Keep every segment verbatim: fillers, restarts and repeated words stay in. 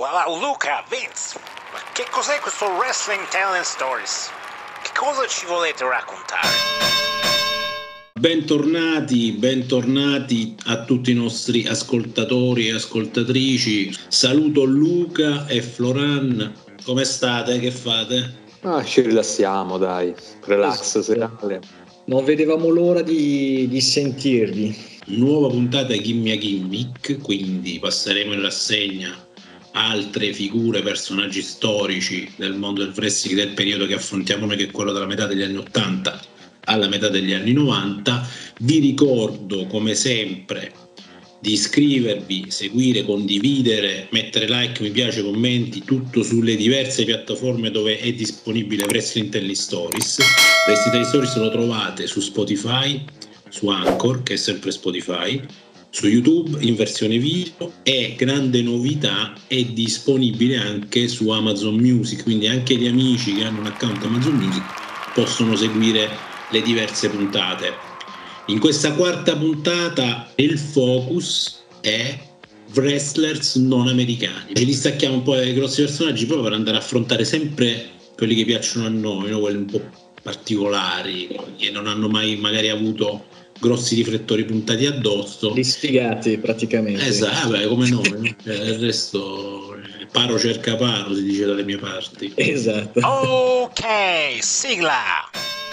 Wow, Luca, Vince, ma che cos'è questo Wrestling Talent Stories? Che cosa ci volete raccontare? Bentornati, bentornati a tutti i nostri ascoltatori e ascoltatrici. Saluto Luca e Floran. Come state? Che fate? Ah, ci rilassiamo, dai. Relax serale. Non vedevamo l'ora di, di sentirvi. Nuova puntata Gimme a Gimmick, quindi passeremo in rassegna altre figure, personaggi storici del mondo del wrestling del periodo che affrontiamo noi, che è quello della metà degli anni ottanta alla metà degli anni novanta. Vi ricordo come sempre di iscrivervi, seguire, condividere, mettere like, mi piace, commenti, tutto sulle diverse piattaforme dove è disponibile Wrestling Talent Stories. Wrestling Talent Stories lo trovate su Spotify, su Anchor, che è sempre Spotify, su YouTube in versione video, e grande novità, è disponibile anche su Amazon Music, quindi anche gli amici che hanno un account Amazon Music possono seguire le diverse puntate. In questa quarta puntata il focus è wrestlers non americani. Ci distacchiamo un po' dai grossi personaggi proprio per andare a affrontare sempre quelli che piacciono a noi, no? Quelli un po' particolari, che non hanno mai magari avuto grossi riflettori puntati addosso. Li sfigati praticamente. Esatto, vabbè, come noi, no? Il resto paro cerca paro, si dice dalle mie parti. Esatto. Ok, sigla!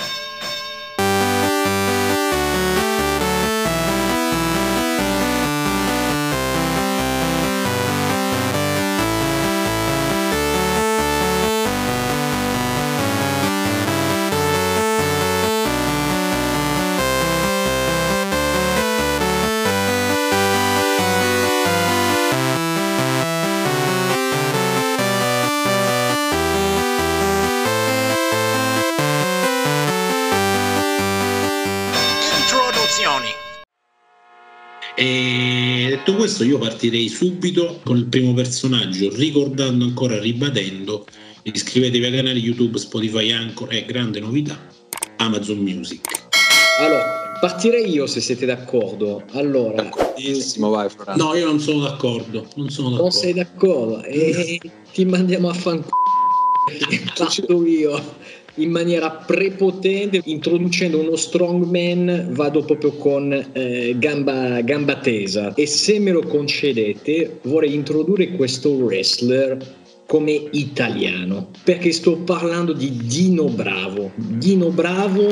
E detto questo, io partirei subito con il primo personaggio, ricordando ancora, ribadendo: iscrivetevi ai canali YouTube, Spotify, Anchor e, grande novità, Amazon Music. Allora, partirei io se siete d'accordo. Allora, D'accordissimo, vai Florano. No, io non sono d'accordo. Non sono d'accordo. Non sei d'accordo? E ti mandiamo a fanculo. Fatto io in maniera prepotente, introducendo uno strongman. Vado proprio con eh, gamba, gamba tesa, e se me lo concedete vorrei introdurre questo wrestler come italiano, perché sto parlando di Dino Bravo. Dino Bravo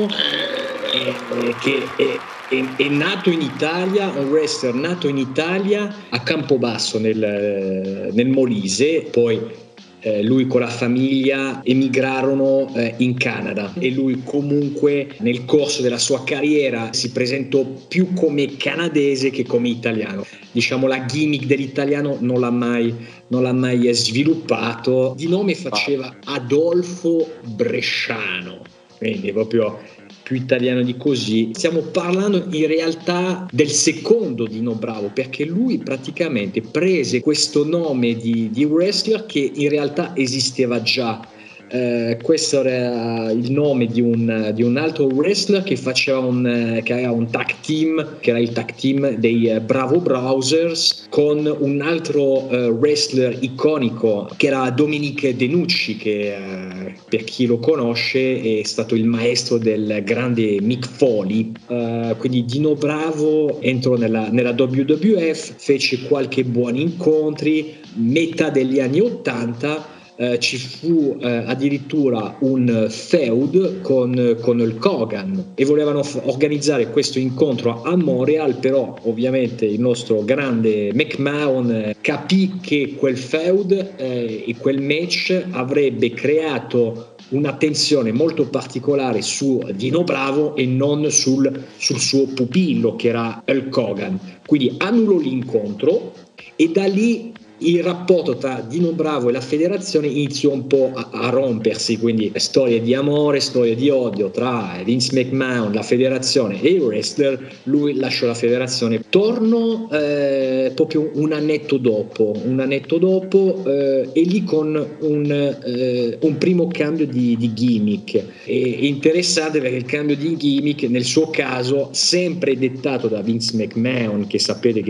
eh, che è, è, è nato in Italia, un wrestler nato in Italia a Campobasso nel, nel Molise. Poi Eh, lui con la famiglia emigrarono eh, in Canada, e lui comunque nel corso della sua carriera si presentò più come canadese che come italiano. Diciamo, la gimmick dell'italiano non l'ha mai, non l'ha mai sviluppato. Di nome faceva Adolfo Bresciano, quindi proprio più italiano di così. Stiamo parlando in realtà del secondo Dino Bravo, perché lui praticamente prese questo nome di, di wrestler che in realtà esisteva già. Eh, questo era il nome di un, di un altro wrestler che faceva un, che aveva un tag team, che era il tag team dei uh, Bravo Browsers, con un altro uh, wrestler iconico che era Dominique Denucci, che uh, per chi lo conosce è stato il maestro del grande Mick Foley. Uh, quindi Dino Bravo entrò nella, nella W W F, fece qualche buoni incontri. Metà degli anni ottanta Uh, ci fu uh, addirittura un feud con, con Hulk Hogan, e volevano f- organizzare questo incontro a Montreal, però ovviamente il nostro grande McMahon eh, capì che quel feud eh, e quel match avrebbe creato una tensione molto particolare su Dino Bravo e non sul, sul suo pupillo, che era Hulk Hogan. Quindi annullò l'incontro, e da lì il rapporto tra Dino Bravo e la federazione iniziò un po' a, a rompersi, quindi storie di amore, storie di odio tra Vince McMahon, la federazione e il wrestler. Lui lasciò la federazione, tornò eh, proprio un annetto dopo, un annetto dopo eh, e lì con un, eh, un primo cambio di, di gimmick. È interessante perché il cambio di gimmick nel suo caso, sempre dettato da Vince McMahon, che sapete che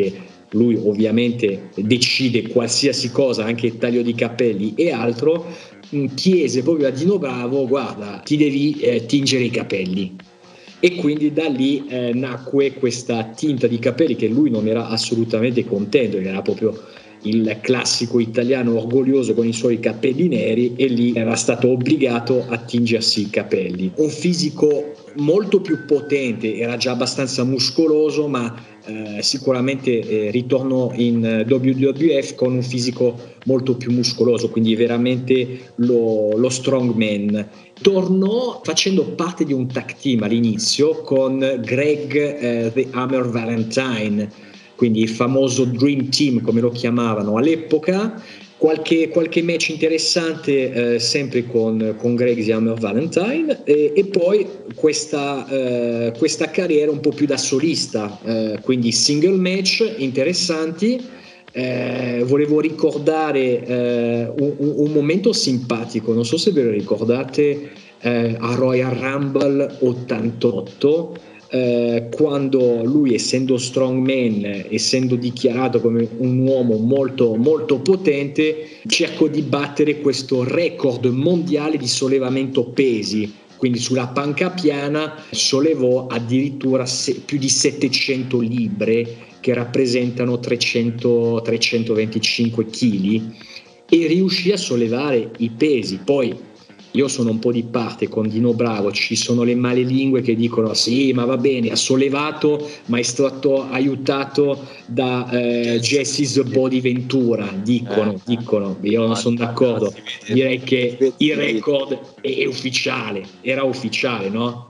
lui ovviamente decide qualsiasi cosa, anche taglio di capelli e altro, chiese proprio a Dino Bravo: guarda, ti devi eh, tingere i capelli. E quindi da lì eh, nacque questa tinta di capelli, che lui non era assolutamente contento, era proprio il classico italiano orgoglioso con i suoi capelli neri, e lì era stato obbligato a tingersi i capelli. Un fisico molto più potente, era già abbastanza muscoloso, ma eh, sicuramente eh, ritornò in W W F con un fisico molto più muscoloso, quindi veramente lo, lo strongman. Tornò facendo parte di un tag team all'inizio con Greg eh, The Hammer Valentine, quindi il famoso Dream Team come lo chiamavano all'epoca. Qualche, qualche match interessante eh, sempre con, con Greg The Hammer Valentine, e, e poi questa, eh, questa carriera un po' più da solista, eh, quindi single match interessanti. Eh, volevo ricordare eh, un, un momento simpatico, non so se ve lo ricordate, eh, a Royal Rumble ottantotto, eh, quando lui, essendo strongman, essendo dichiarato come un uomo molto molto potente, cercò di battere questo record mondiale di sollevamento pesi. Quindi sulla panca piana sollevò addirittura se, più di settecento libbre, che rappresentano trecento trecentoventicinque chili, e riuscì a sollevare i pesi. Poi io sono un po' di parte con Dino Bravo, ci sono le malelingue che dicono sì, ma va bene, ha sollevato, ma è stato aiutato da eh, Jesse's Body Ventura, dicono, eh, dicono, io non sono d'accordo, direi che il record è ufficiale, era ufficiale, no?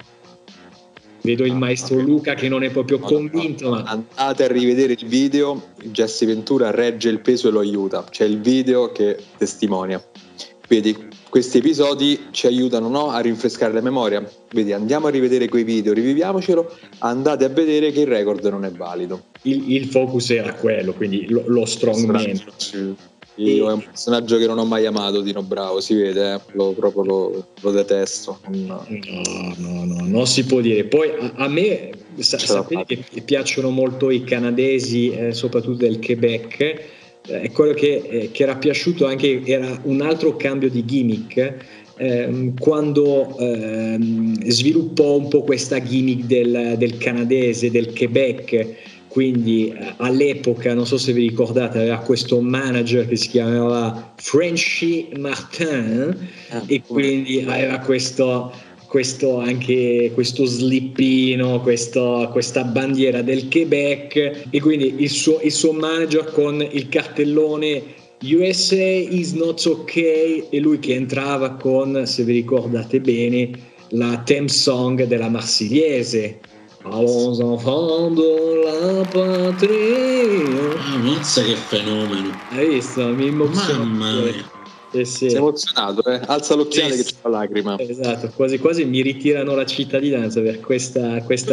Vedo il maestro Luca che non è proprio convinto, ma andate a rivedere il video, Jesse Ventura regge il peso e lo aiuta, c'è il video che testimonia. Vedi, questi episodi ci aiutano, no, a rinfrescare la memoria. Vedi, andiamo a rivedere quei video, riviviamocelo, andate a vedere che il record non è valido. Il, il focus era quello, quindi lo, lo strongman. Io è un personaggio che non ho mai amato, Dino Bravo, si vede, eh? lo, proprio lo, lo detesto. No. no, no, no, non si può dire. Poi a, a me sa, sapete che piacciono molto i canadesi, eh, soprattutto del Quebec. Eh, quello che, eh, che era piaciuto anche era un altro cambio di gimmick, eh, quando eh, sviluppò un po' questa gimmick del, del canadese, del Quebec. Quindi all'epoca, non so se vi ricordate, aveva questo manager che si chiamava Frenchy Martin, ah, e quindi aveva questo, questo anche questo slippino, questo, questa bandiera del Quebec, e quindi il suo, il suo manager con il cartellone U S A is not okay, e lui che entrava con, se vi ricordate bene, la theme song della Marsigliese. Allons enfants de la patrie. Ah, mazza che fenomeno. Hai visto? Mi emoziono. Mamma mia. Eh sì. Sei emozionato, eh? Alza l'occhiale sì, che c'è la lacrima. Esatto, quasi quasi mi ritirano la cittadinanza per questa questa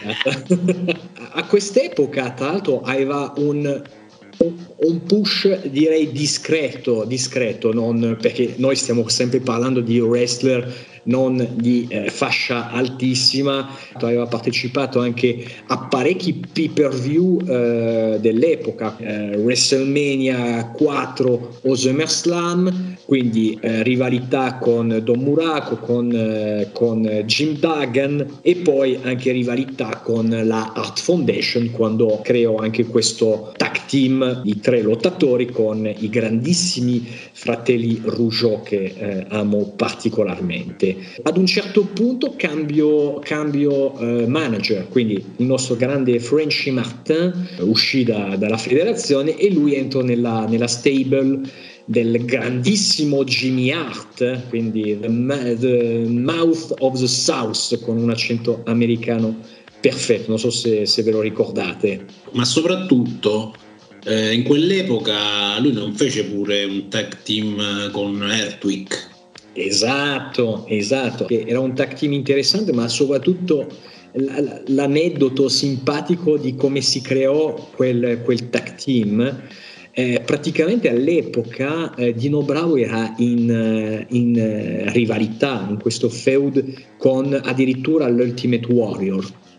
a quest'epoca, tra l'altro, aveva un un push, direi discreto, discreto, non perché noi stiamo sempre parlando di wrestler non di eh, fascia altissima. Aveva partecipato anche a parecchi pay per view eh, dell'epoca, eh, WrestleMania quattro o SummerSlam, quindi eh, rivalità con Don Muraco, con, eh, con Jim Duggan, e poi anche rivalità con la Art Foundation, quando creò anche questo tag team di tre lottatori con i grandissimi fratelli Rougeau, che eh, amo particolarmente. Ad un certo punto cambio, cambio eh, manager, quindi il nostro grande Frenchy Martin uscì da, dalla federazione e lui entrò nella, nella stable del grandissimo Jimmy Hart, quindi the, the Mouth of the South, con un accento americano perfetto, non so se, se ve lo ricordate. Ma soprattutto eh, in quell'epoca lui non fece pure un tag team con Earthquake. Esatto, esatto, che era un tag team interessante, ma soprattutto l- l'aneddoto simpatico di come si creò quel, quel tag team. Eh, praticamente all'epoca eh, Dino Bravo era in, in eh, rivalità, in questo feud con addirittura l'Ultimate Warrior,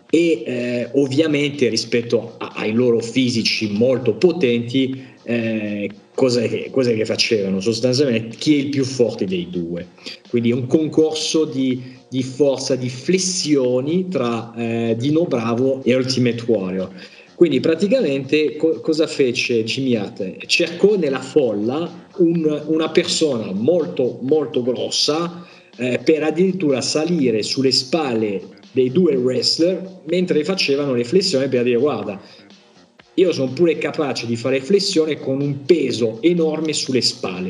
e eh, ovviamente rispetto a, ai loro fisici molto potenti, eh, cosa che, cosa che facevano sostanzialmente chi è il più forte dei due, quindi un concorso di, di forza, di flessioni tra eh, Dino Bravo e Ultimate Warrior. Quindi praticamente co- cosa fece Jimmy Hart? Cercò nella folla un, una persona molto molto grossa eh, per addirittura salire sulle spalle dei due wrestler mentre facevano le flessioni, per dire: guarda, io sono pure capace di fare flessione con un peso enorme sulle spalle.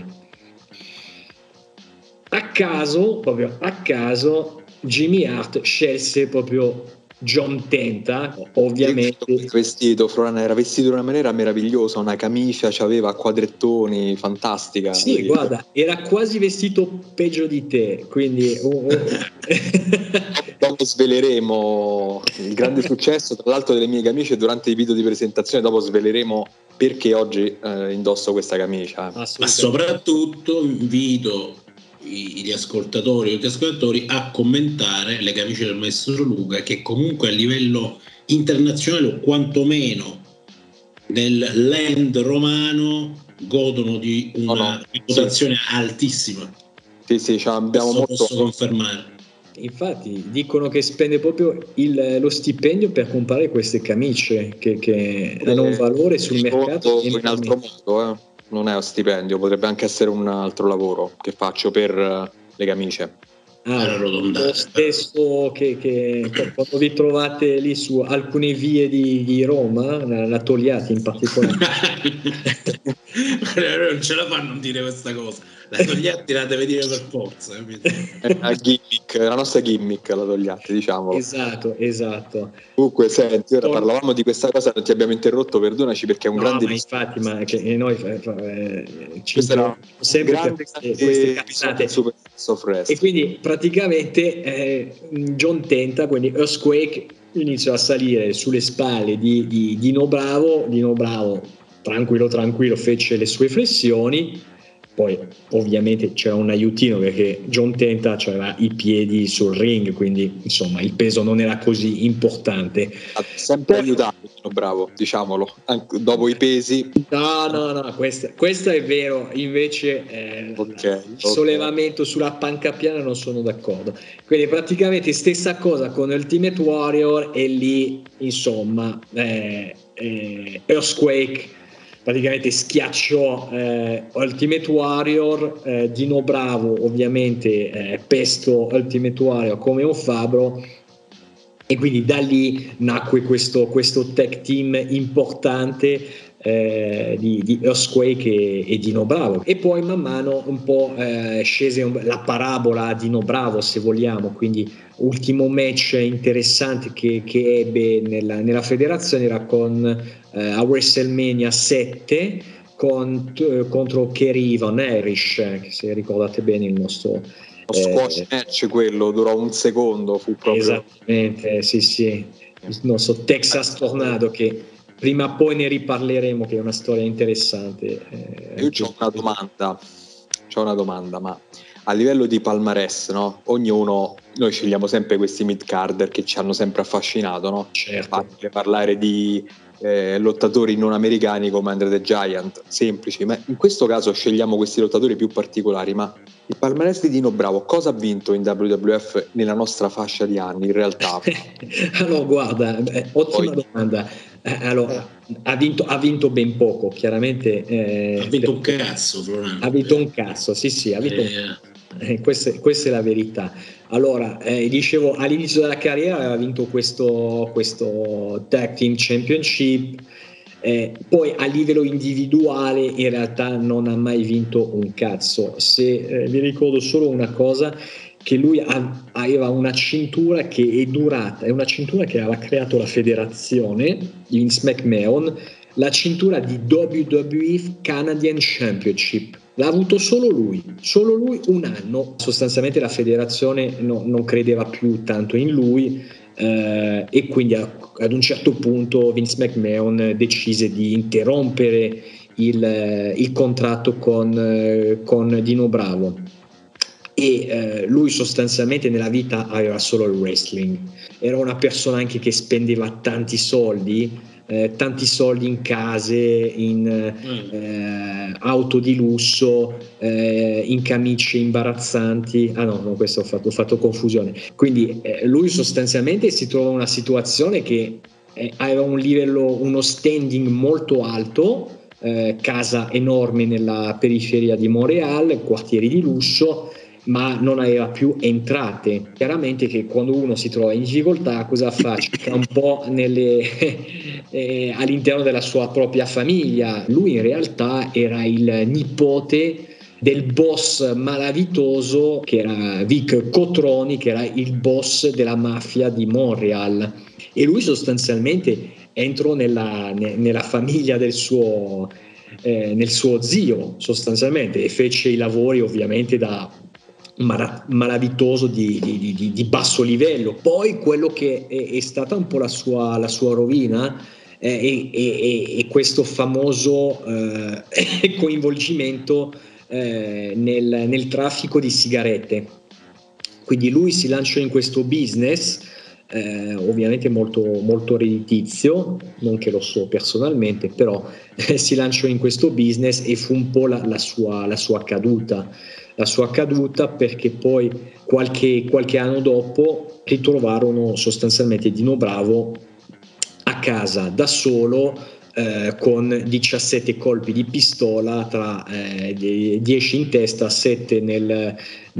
A caso, proprio a caso, Jimmy Hart scelse proprio John Tenta, ovviamente. Vestito, Florian era vestito in una maniera meravigliosa, una camicia, c'aveva quadrettoni, fantastica. Sì, guarda, era quasi vestito peggio di te, quindi oh, oh. Dopo sveleremo il grande successo, tra l'altro, delle mie camicie durante i video di presentazione. Dopo sveleremo perché oggi eh, indosso questa camicia. Ma soprattutto invito gli ascoltatori e gli ascoltatori a commentare le camicie del maestro Luca, che comunque a livello internazionale o quantomeno nel land romano godono di una reputazione oh, no. altissima. Sì, sì, cioè abbiamo Questo molto... posso confermare. Infatti dicono che spende proprio il, lo stipendio per comprare queste camicie che, che hanno un valore sul mercato in altro modo, eh. Non è uno stipendio, potrebbe anche essere un altro lavoro che faccio per uh, le camicie. Ah, lo stesso che, che quando vi trovate lì su alcune vie di, di Roma, la, la Togliatti in particolare. Non ce la fanno a dire questa cosa. La Togliatti la deve dire per forza. È una gimmick, la nostra gimmick la Togliatti, diciamolo. Esatto, esatto. Comunque, senti, ora parlavamo di questa cosa, non ti abbiamo interrotto, perdonaci, perché è un no, grande... ma infatti, ma che noi eh, ci questa era sempre grande, queste, queste cazzate. E quindi praticamente eh, John Tenta, quindi Earthquake, inizia a salire sulle spalle di, di Dino Bravo. Dino Bravo, tranquillo tranquillo, fece le sue flessioni. Poi ovviamente c'era un aiutino perché John Tenta aveva i piedi sul ring, quindi insomma il peso non era così importante. Ha sempre aiutato, bravo, diciamolo, anche dopo i pesi. No, no, no, questo, questo è vero, invece eh, okay, il sollevamento okay. sulla panca piana non sono d'accordo. Quindi praticamente stessa cosa con Ultimate Warrior, e lì insomma eh, eh, Earthquake praticamente schiacciò eh, Ultimate Warrior, eh, Dino Bravo ovviamente eh, pesto Ultimate Warrior come un fabbro, e quindi da lì nacque questo, questo tag team importante eh, di, di Earthquake e, e Dino Bravo, e poi man mano un po' eh, scese un, la parabola Dino Bravo, se vogliamo. Quindi ultimo match interessante che, che ebbe nella, nella federazione era con eh, a WrestleMania sette con, eh, contro Kerry Von Erich, che se ricordate bene il nostro lo squash eh, match, quello durò un secondo, fu proprio esattamente, sì sì, il nostro Texas Tornado, che prima o poi ne riparleremo, che è una storia interessante. eh, io ho una domanda c'ho una domanda ma a livello di palmarès, no? Ognuno, noi scegliamo sempre questi mid-carder che ci hanno sempre affascinato, no? Certo. Anche parlare di eh, lottatori non americani come Andre the Giant, semplici, ma in questo caso scegliamo questi lottatori più particolari. Ma il palmarès di Dino Bravo cosa ha vinto in W W F nella nostra fascia di anni in realtà? Allora guarda, eh, ottima Poi. domanda. Eh, allora, ha vinto, ha vinto ben poco, chiaramente. Eh, ha vinto un cazzo, Florian. Ha vinto un cazzo, sì sì, ha vinto eh. un eh, questa, questa è la verità. Allora, eh, dicevo, all'inizio della carriera aveva vinto questo, questo Tag Team Championship, eh, poi a livello individuale in realtà non ha mai vinto un cazzo. Se eh, vi ricordo solo una cosa, che lui ha, aveva una cintura che è durata, è una cintura che aveva creato la federazione di Vince McMahon, la cintura di W W E Canadian Championship. L'ha avuto solo lui, solo lui un anno. Sostanzialmente la federazione no, non credeva più tanto in lui, eh, e quindi a, ad un certo punto Vince McMahon decise di interrompere il, il contratto con, con Dino Bravo. e eh, lui sostanzialmente nella vita aveva solo il wrestling. Era una persona anche che spendeva tanti soldi, eh, tanti soldi in case, in eh, auto di lusso, eh, in camicie imbarazzanti. Ah no, no questo ho fatto, ho fatto confusione. Quindi eh, lui sostanzialmente si trova in una situazione che eh, aveva un livello, uno standing molto alto, eh, casa enorme nella periferia di Montréal, quartieri di lusso, ma non aveva più entrate. Chiaramente che quando uno si trova in difficoltà cosa fa? Cerca un po' nelle, eh, all'interno della sua propria famiglia. Lui in realtà era il nipote del boss malavitoso che era Vic Cotroni, che era il boss della mafia di Montréal, e lui sostanzialmente entrò nella, nella famiglia del suo, eh, nel suo zio sostanzialmente, e fece i lavori ovviamente da malavitoso di, di, di, di basso livello. Poi quello che è, è stata un po' la sua, la sua rovina eh, è, è, è questo famoso eh, coinvolgimento eh, nel, nel traffico di sigarette. Quindi lui si lanciò in questo business eh, ovviamente molto, molto redditizio, non che lo so personalmente, però eh, si lanciò in questo business e fu un po' la, la, sua, la sua caduta. La sua caduta perché poi qualche, qualche anno dopo ritrovarono sostanzialmente Dino Bravo a casa da solo eh, con diciassette colpi di pistola, tra eh, dieci in testa, sette nel,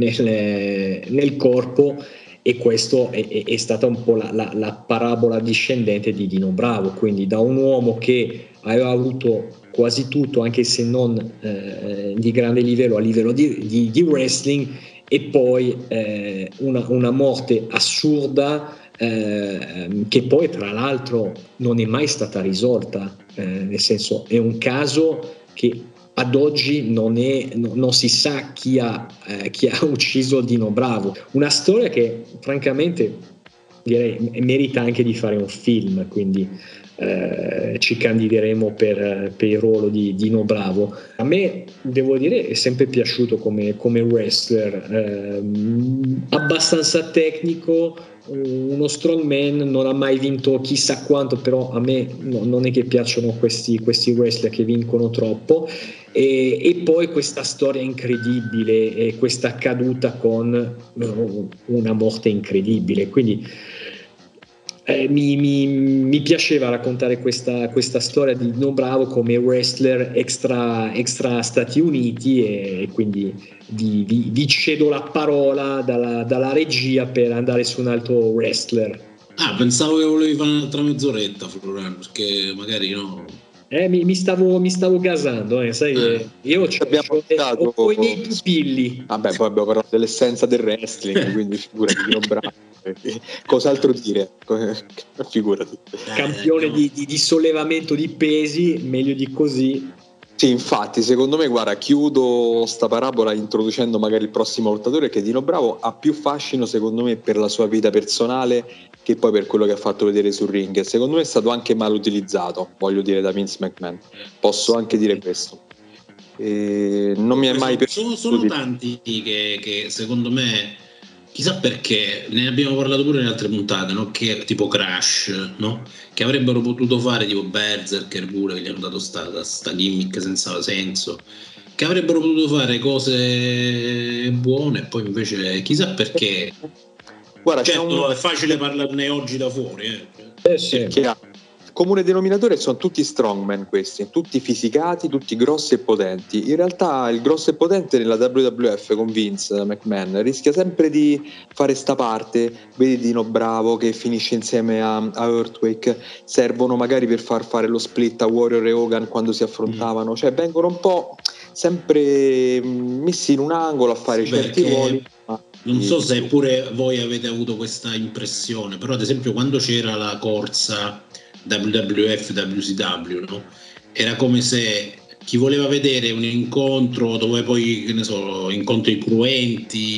nel, nel corpo, e questo è, è, è stata un po' la, la, la parabola discendente di Dino Bravo, quindi da un uomo che aveva avuto quasi tutto, anche se non eh, di grande livello, a livello di, di, di wrestling, e poi eh, una, una morte assurda eh, che poi tra l'altro non è mai stata risolta, eh, nel senso è un caso che ad oggi non, è, no, non si sa chi ha, eh, chi ha ucciso Dino Bravo. Una storia che francamente direi merita anche di fare un film, quindi eh, ci candideremo per, per il ruolo di Dino Bravo. A me, devo dire, è sempre piaciuto come, come wrestler, eh, abbastanza tecnico, uno strongman, non ha mai vinto chissà quanto, però a me no, non è che piacciono questi, questi wrestler che vincono troppo. E, e poi questa storia incredibile e questa caduta con una morte incredibile, quindi eh, mi, mi, mi piaceva raccontare questa, questa storia di Dino Bravo come wrestler extra, extra Stati Uniti, e quindi vi, vi, vi cedo la parola dalla, dalla regia per andare su un altro wrestler. Ah, pensavo che volevi fare un'altra mezz'oretta, Florian, perché magari no. Eh, mi, mi, stavo, mi stavo gasando, eh, sai, eh. io c'ho, abbiamo c'ho, ho i miei pupilli. Vabbè, poi abbiamo parlato dell'essenza del wrestling, quindi figurati Dino Bravo. Cos'altro dire? Figurati. Campione di, di, di sollevamento di pesi, meglio di così. Sì, infatti, secondo me, guarda, chiudo sta parabola introducendo magari il prossimo lottatore, che Dino Bravo ha più fascino, secondo me, per la sua vita personale che poi per quello che ha fatto vedere sul ring. Secondo me è stato anche mal utilizzato, voglio dire, da Vince McMahon. Posso anche dire questo. E non mi è mai piaciuto. Sono, sono tanti che, che secondo me, chissà perché, ne abbiamo parlato pure in altre puntate, no? Che tipo Crash, no? Che avrebbero potuto fare tipo Berserker pure, che gli hanno dato sta, sta gimmick senza senso, che avrebbero potuto fare cose buone, e poi invece chissà perché. Guarda, certo, un... è facile parlarne oggi da fuori, eh. Eh sì. Il comune denominatore sono tutti strongman, questi, tutti fisicati, tutti grossi e potenti. In realtà il grosso e potente nella W W F con Vince McMahon rischia sempre di fare sta parte. Vedi Dino Bravo che finisce insieme a, a Earthquake, servono magari per far fare lo split a Warrior e Hogan quando si affrontavano, mm. cioè vengono un po' sempre messi in un angolo a fare Beh, certi ruoli. Ma non so se pure voi avete avuto questa impressione, però ad esempio quando c'era la corsa W W F W C W, no? Era come se chi voleva vedere un incontro dove poi, che ne so, incontri cruenti,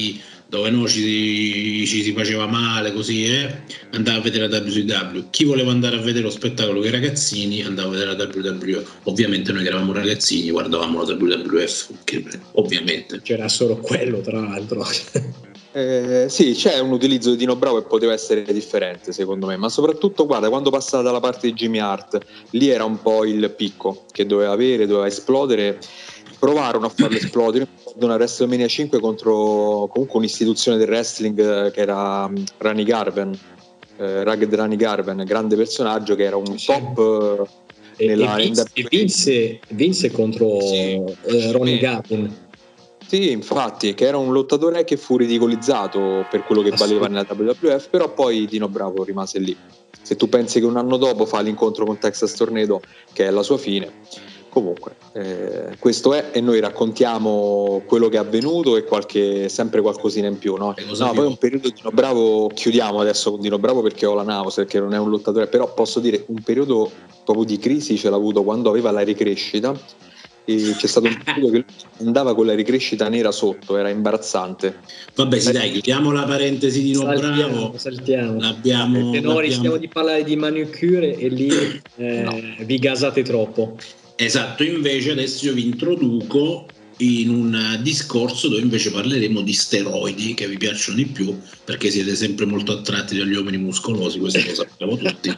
dove no ci, ci si faceva male così, eh, andava a vedere la W C W. Chi voleva andare a vedere lo spettacolo che i ragazzini andava a vedere la W W F. Ovviamente noi che eravamo ragazzini guardavamo la W W F, che ovviamente c'era solo quello, tra l'altro. Eh, sì, c'è un utilizzo di Dino Bravo che poteva essere differente secondo me, ma soprattutto guarda, quando passava dalla parte di Jimmy Hart, lì era un po' il picco che doveva avere, doveva esplodere. Provarono a farlo esplodere una WrestleMania cinque contro comunque un'istituzione del wrestling che era Rani Garven, eh, Rugged Rani Garven, grande personaggio che era un sì. top eh, nella e vinse, e vinse, vinse contro sì, eh, Ronnie Garvin. Sì, infatti, che era un lottatore che fu ridicolizzato per quello che valeva nella W W F, però poi Dino Bravo rimase lì. Se tu pensi che un anno dopo fa l'incontro con Texas Tornado, che è la sua fine, comunque eh, questo è, e noi raccontiamo quello che è avvenuto e qualche, sempre qualcosina in più, no? No, poi un periodo Dino Bravo, chiudiamo adesso con Dino Bravo perché ho la nausea, perché non è un lottatore, però posso dire un periodo proprio di crisi ce l'ha avuto quando aveva la ricrescita. E c'è stato un periodo che andava con la ricrescita nera sotto, era imbarazzante. Vabbè, sì, dai, chiudiamo la parentesi di Dino Bravo. Saltiamo. L'abbiamo, perché no, rischiamo di parlare di manicure e lì eh, no. vi gasate troppo. Esatto, invece adesso io vi introduco in un discorso dove invece parleremo di steroidi che vi piacciono di più, perché siete sempre molto attratti dagli uomini muscolosi, questo lo sappiamo tutti.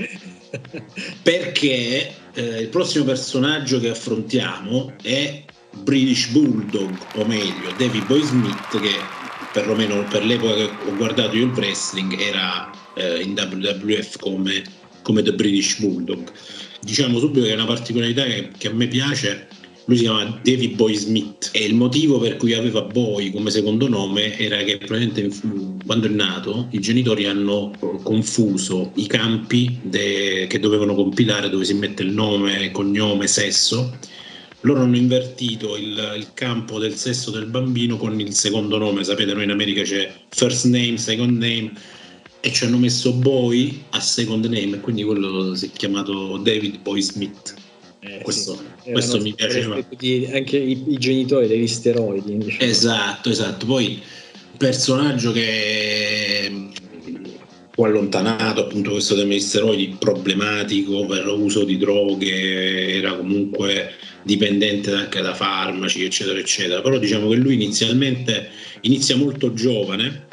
Perché eh, il prossimo personaggio che affrontiamo è British Bulldog, o meglio Davey Boy Smith, che perlomeno per l'epoca che ho guardato io il wrestling era eh, in W W F come, come The British Bulldog. Diciamo subito che è una particolarità che, che a me piace. Lui si chiama Davey Boy Smith e il motivo per cui aveva Boy come secondo nome era che probabilmente quando è nato i genitori hanno confuso i campi de- che dovevano compilare, dove si mette il nome, cognome, sesso. Loro hanno invertito il, il campo del sesso del bambino con il secondo nome. Sapete, noi in America c'è first name, second name, e ci hanno messo Boy a second name, e quindi quello si è chiamato David Boy Smith. Eh, questo, sì. questo mi piaceva di, anche i, i genitori degli steroidi, diciamo. Esatto, esatto. Poi personaggio che fu allontanato appunto questo tema degli steroidi, problematico per l'uso di droghe, era comunque dipendente anche da farmaci eccetera eccetera, però diciamo che lui inizialmente inizia molto giovane.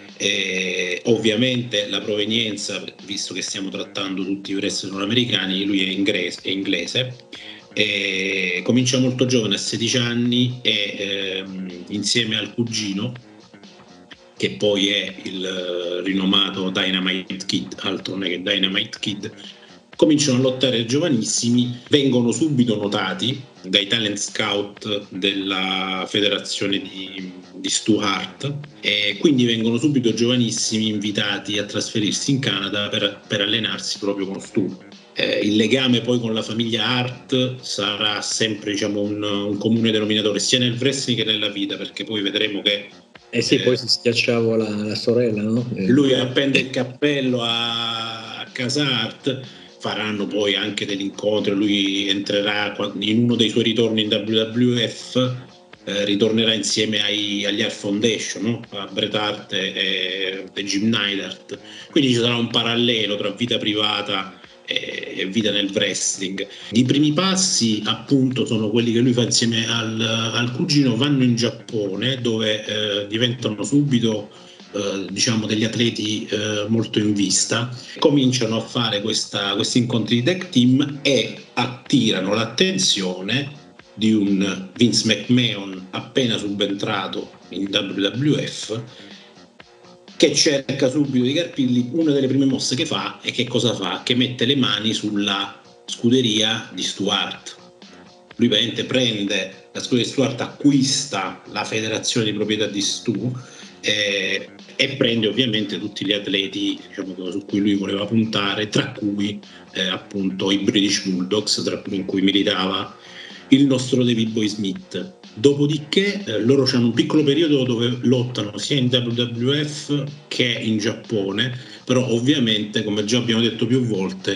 E ovviamente la provenienza, visto che stiamo trattando tutti i wrestler americani, lui è inglese, è inglese e comincia molto giovane, a sedici anni, e ehm, insieme al cugino, che poi è il rinomato Dynamite Kid, altro non è che Dynamite Kid, cominciano a lottare giovanissimi, vengono subito notati dai talent scout della federazione di, di Stu Hart, e quindi vengono subito giovanissimi invitati a trasferirsi in Canada per, per allenarsi proprio con Stu. Eh, il legame poi con la famiglia Hart sarà sempre, diciamo, un, un comune denominatore sia nel wrestling che nella vita, perché poi vedremo che eh sì, eh, poi si schiacciava la, la sorella, no? Eh. Lui appende il cappello a, a casa Hart. Faranno poi anche degli incontri, lui entrerà in uno dei suoi ritorni in W W F, eh, ritornerà insieme ai, agli Hart Foundation, no? A Bret Hart e, e Jim Neidhart, quindi ci sarà un parallelo tra vita privata e, e vita nel wrestling. I primi passi appunto sono quelli che lui fa insieme al, al cugino, vanno in Giappone dove eh, diventano subito Uh, diciamo degli atleti uh, molto in vista, cominciano a fare questa, questi incontri di tag team e attirano l'attenzione di un Vince McMahon appena subentrato in W W F, che cerca subito di carpirli. Una delle prime mosse che fa, e che cosa fa? Che mette le mani sulla scuderia di Stu Hart. Lui prende la scuderia di Stu Hart, acquista la federazione di proprietà di Stu eh, e prende ovviamente tutti gli atleti, diciamo, su cui lui voleva puntare, tra cui eh, appunto i British Bulldogs, tra cui in cui militava il nostro Davey Boy Smith. Dopodiché eh, loro hanno un piccolo periodo dove lottano sia in W W F che in Giappone, però ovviamente, come già abbiamo detto più volte,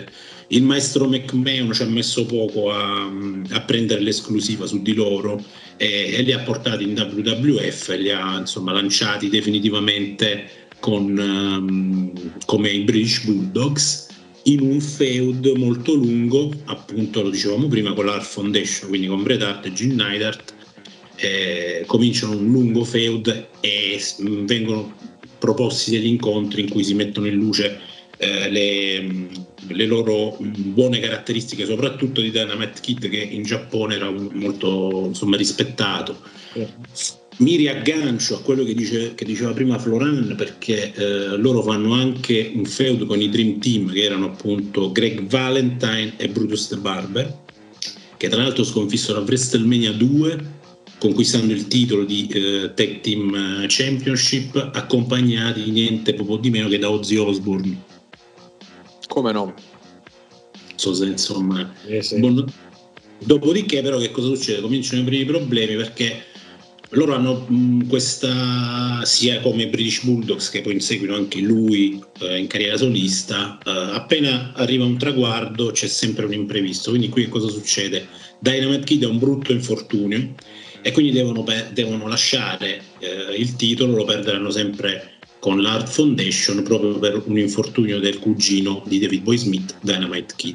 il maestro McMahon ci ha messo poco a, a prendere l'esclusiva su di loro e, e li ha portati in W W F e li ha insomma lanciati definitivamente con, um, come i British Bulldogs in un feud molto lungo, appunto lo dicevamo prima, con l'Hart Foundation, quindi con Bret Hart e Jim Neidhart. Eh, cominciano un lungo feud e mh, vengono proposti degli incontri in cui si mettono in luce eh, le, le loro buone caratteristiche, soprattutto di Dynamite Kid, che in Giappone era un, molto insomma rispettato. Mi riaggancio a quello che, dice, che diceva prima Floran, perché eh, loro fanno anche un feud con i Dream Team, che erano appunto Greg Valentine e Brutus the Barber, che tra l'altro sconfissero a WrestleMania due, conquistando il titolo di eh, Tag Team Championship, accompagnati niente poco di meno che da Ozzy Osbourne. Come no? So se insomma eh sì. bon... Dopodiché però che cosa succede? Cominciano i primi problemi, perché loro hanno mh, questa, sia come British Bulldogs che poi inseguono anche lui eh, in carriera solista, eh, appena arriva un traguardo c'è sempre un imprevisto, quindi qui che cosa succede? Dynamite Kid ha un brutto infortunio e quindi devono, per, devono lasciare eh, il titolo, lo perderanno sempre con l'Hart Foundation proprio per un infortunio del cugino di David Boy Smith, Dynamite Kid.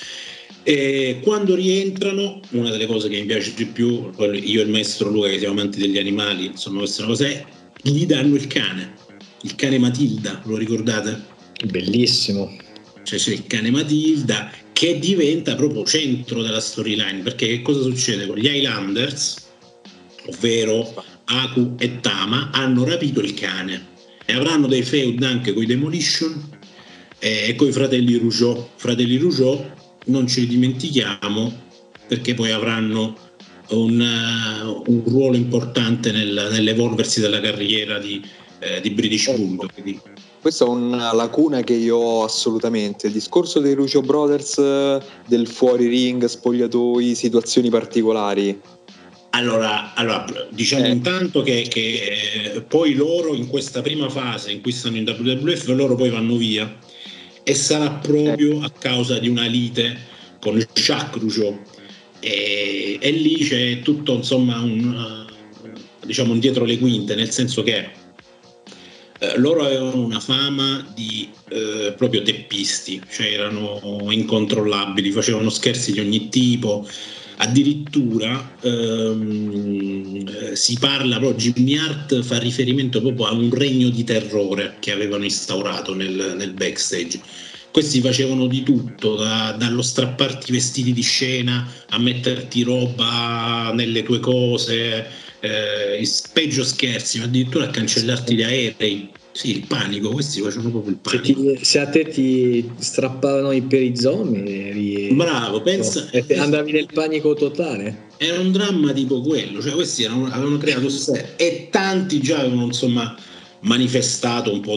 E quando rientrano, una delle cose che mi piace di più, io e il maestro Luca che siamo amanti degli animali, insomma questa è una cosa, è gli danno il cane, il cane Matilda, lo ricordate? Bellissimo. Cioè c'è il cane Matilda che diventa proprio centro della storyline, perché che cosa succede? Con gli Highlanders, ovvero Aku e Tama, hanno rapito il cane e avranno dei feud anche con i Demolition e con i fratelli Rougeau. Fratelli Rougeau non ce li dimentichiamo, perché poi avranno un, uh, un ruolo importante nel, nell'evolversi della carriera di, eh, di British Bulldog. Questa è una lacuna che io ho assolutamente. Il discorso dei Lucio Brothers, del fuori ring, spogliatoi, situazioni particolari. Allora, allora diciamo eh. intanto che, che eh, poi loro in questa prima fase in cui stanno in W W F, loro poi vanno via e sarà proprio a causa di una lite con Jacques Rougeau e, e lì c'è tutto insomma un, uh, diciamo un dietro le quinte, nel senso che uh, loro avevano una fama di uh, proprio teppisti, cioè erano incontrollabili, facevano scherzi di ogni tipo. Addirittura ehm, si parla proprio, Jimmy Hart fa riferimento proprio a un regno di terrore che avevano instaurato nel, nel backstage. Questi facevano di tutto, da, dallo strapparti i vestiti di scena a metterti roba nelle tue cose, eh, peggio scherzi, ma addirittura a cancellarti gli aerei. Sì, il panico, questi facevano proprio il panico. Se, ti, se a te ti strappavano i perizomi eri... bravo, pensa, no, andavi nel panico totale. Era un dramma tipo quello, cioè questi erano, avevano creato sé e tanti già avevano insomma manifestato un po'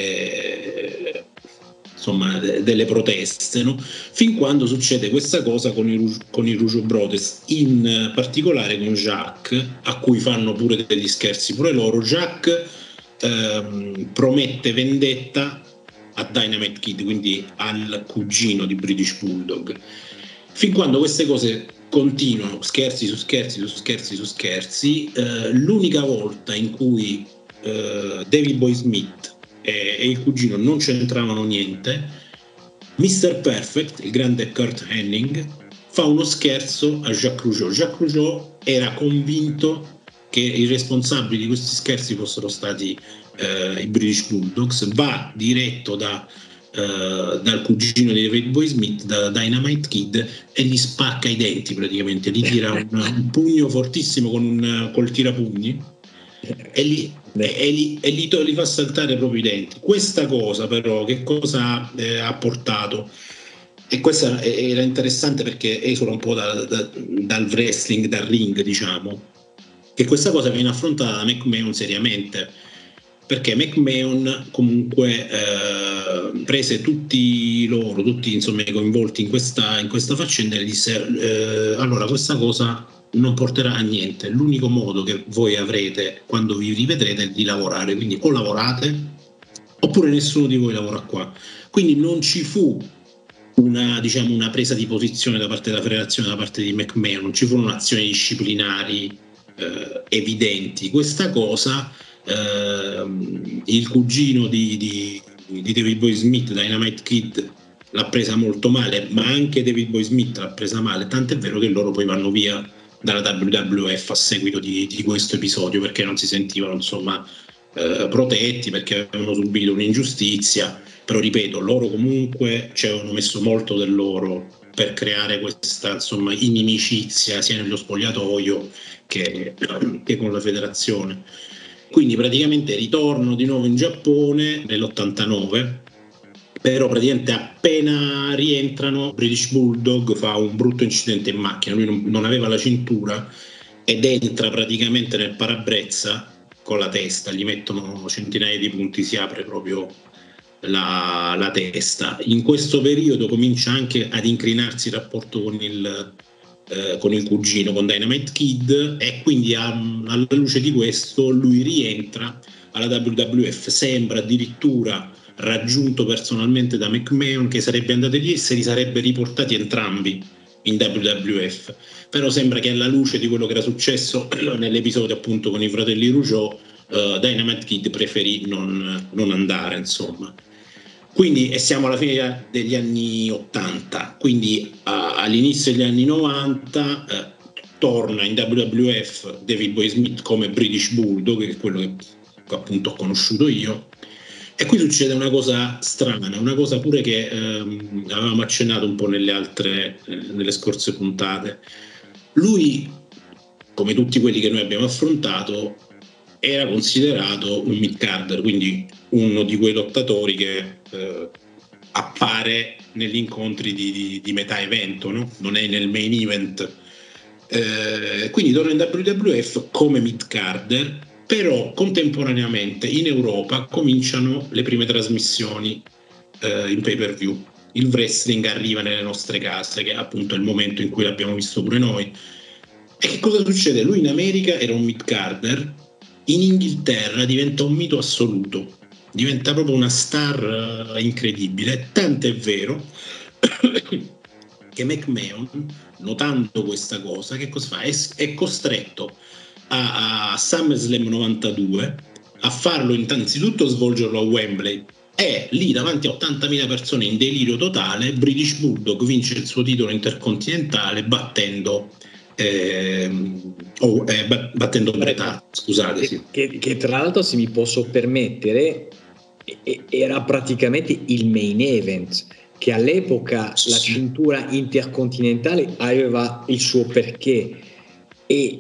delle insomma de, delle proteste, no? Fin quando succede questa cosa con i, con i Rougeau Brothers, in particolare con Jacques, a cui fanno pure degli scherzi pure loro. Jacques Ehm, promette vendetta a Dynamite Kid, quindi al cugino di British Bulldog, fin quando queste cose continuano, scherzi su scherzi su scherzi su scherzi. Eh, l'unica volta in cui eh, David Boy Smith e, e il cugino non c'entravano niente, mister Perfect, il grande Kurt Hennig, fa uno scherzo a Jacques Rougeau. Jacques Rougeau era convinto che i responsabili di questi scherzi fossero stati eh, i British Bulldogs, va diretto da, eh, dal cugino di David Boy Smith, da Dynamite Kid, e gli spacca i denti praticamente, gli tira un, un pugno fortissimo con un, col tirapugni e, li, e, e, li, e li, li fa saltare proprio i denti. Questa cosa però che cosa eh, ha portato? E questa era interessante perché esula un po' da, da, dal wrestling, dal ring, diciamo, che questa cosa viene affrontata da McMahon seriamente, perché McMahon comunque eh, prese tutti loro, tutti insomma coinvolti in questa, in questa faccenda e disse eh, allora questa cosa non porterà a niente, l'unico modo che voi avrete quando vi rivedrete è di lavorare, quindi o lavorate oppure nessuno di voi lavora qua. Quindi non ci fu una, diciamo, una presa di posizione da parte della federazione, da parte di McMahon, non ci furono azioni disciplinari eh, evidenti. Questa cosa eh, il cugino di, di, di David Boy Smith, Dynamite Kid, l'ha presa molto male, ma anche David Boy Smith l'ha presa male, tant'è vero che loro poi vanno via dalla W W F a seguito di, di questo episodio, perché non si sentivano insomma eh, protetti, perché avevano subito un'ingiustizia. Però ripeto, loro comunque ci avevano messo molto del loro per creare questa insomma inimicizia sia nello spogliatoio che, che con la federazione. Quindi praticamente ritorno di nuovo in Giappone nell'ottantanove, però praticamente appena rientrano British Bulldog fa un brutto incidente in macchina, lui non, non aveva la cintura ed entra praticamente nel parabrezza con la testa, gli mettono centinaia di punti, si apre proprio La, la testa. In questo periodo comincia anche ad incrinarsi il rapporto con il, eh, con il cugino, con Dynamite Kid, e quindi a, alla luce di questo lui rientra alla W W F, sembra addirittura raggiunto personalmente da McMahon, che sarebbe andato lì e se li sarebbe riportati entrambi in W W F, però sembra che alla luce di quello che era successo nell'episodio appunto con i fratelli Rougeau, uh, Dynamite Kid preferì non, non andare, insomma. Quindi e siamo alla fine degli anni ottanta, quindi uh, all'inizio degli anni novanta uh, torna in W W F David Boy Smith come British Bulldog, che è quello che appunto ho conosciuto io, e qui succede una cosa strana, una cosa pure che ehm, avevamo accennato un po' nelle altre, eh, nelle scorse puntate. Lui, come tutti quelli che noi abbiamo affrontato, era considerato un mid-carder, quindi uno di quei lottatori che eh, appare negli incontri di, di, di metà evento, no? Non è nel main event. Eh, quindi torna in W W F come mid-carder, però contemporaneamente in Europa cominciano le prime trasmissioni eh, in pay-per-view. Il wrestling arriva nelle nostre case, che è appunto il momento in cui l'abbiamo visto pure noi. E che cosa succede? Lui in America era un mid-carder, in Inghilterra diventa un mito assoluto, diventa proprio una star uh, incredibile, tant'è vero che McMahon, notando questa cosa, che cosa fa? È, è costretto a, a SummerSlam novantadue a farlo, innanzitutto svolgerlo a Wembley, e lì davanti a ottantamila persone in delirio totale British Bulldog vince il suo titolo intercontinentale battendo Eh, oh, eh, battendo Bret Hart, scusate, sì. che, che tra l'altro, se mi posso permettere, era praticamente il main event, che all'epoca sì, la cintura intercontinentale aveva il suo perché, e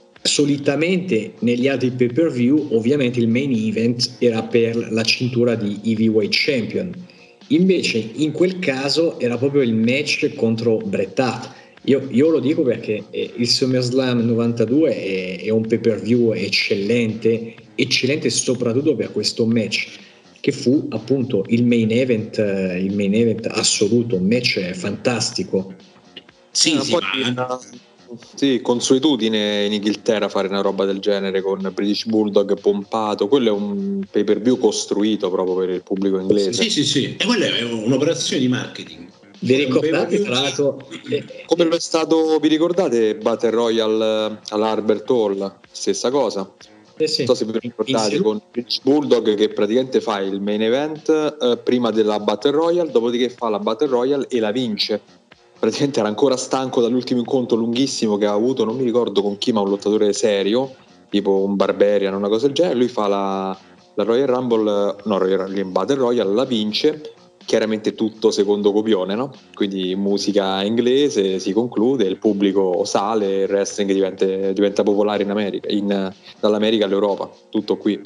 solitamente negli altri pay per view ovviamente il main event era per la cintura di heavyweight champion, invece in quel caso era proprio il match contro Bret Hart. Io, io lo dico perché il SummerSlam novantadue è, è un pay per view eccellente, eccellente soprattutto per questo match, che fu appunto il main event, il main event assoluto, un match fantastico. Sì, eh, sì, poi ma... una, sì, consuetudine in Inghilterra fare una roba del genere con British Bulldog pompato, quello è un pay per view costruito proprio per il pubblico inglese. Sì, sì, sì, e quella è un'operazione di marketing. Vi ricordate tra l'altro come lo è stato, vi ricordate Battle Royale all'Albert Hall? Stessa cosa. Eh sì. Non so se vi ricordate, con British Bulldog che praticamente fa il main event eh, prima della Battle Royale, dopodiché fa la Battle Royale e la vince. Praticamente era ancora stanco dall'ultimo incontro lunghissimo che ha avuto, non mi ricordo con chi, ma un lottatore serio, tipo un Barbarian, una cosa del genere. Lui fa la, la Royal Rumble, no, Royal Battle Royale, la vince. Chiaramente tutto secondo copione, no? Quindi musica inglese, si conclude, il pubblico sale, il wrestling diventa, diventa popolare in America, in, dall'America all'Europa, tutto qui.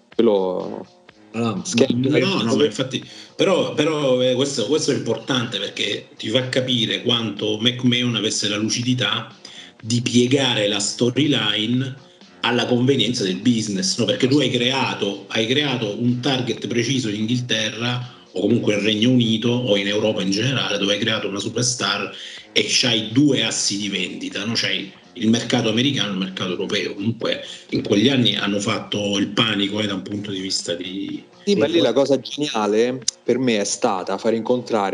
Quello ah, no, no, ma infatti, però, però eh, questo, questo è importante perché ti fa capire quanto McMahon avesse la lucidità di piegare la storyline alla convenienza del business, no? Perché tu hai creato, hai creato un target preciso in Inghilterra o comunque il Regno Unito o in Europa in generale, dove hai creato una superstar e c'hai due assi di vendita, no? C'hai il mercato americano e il mercato europeo. Comunque in quegli anni hanno fatto il panico eh, da un punto di vista di... Sì, ma lì la cosa geniale per me è stata far incontrare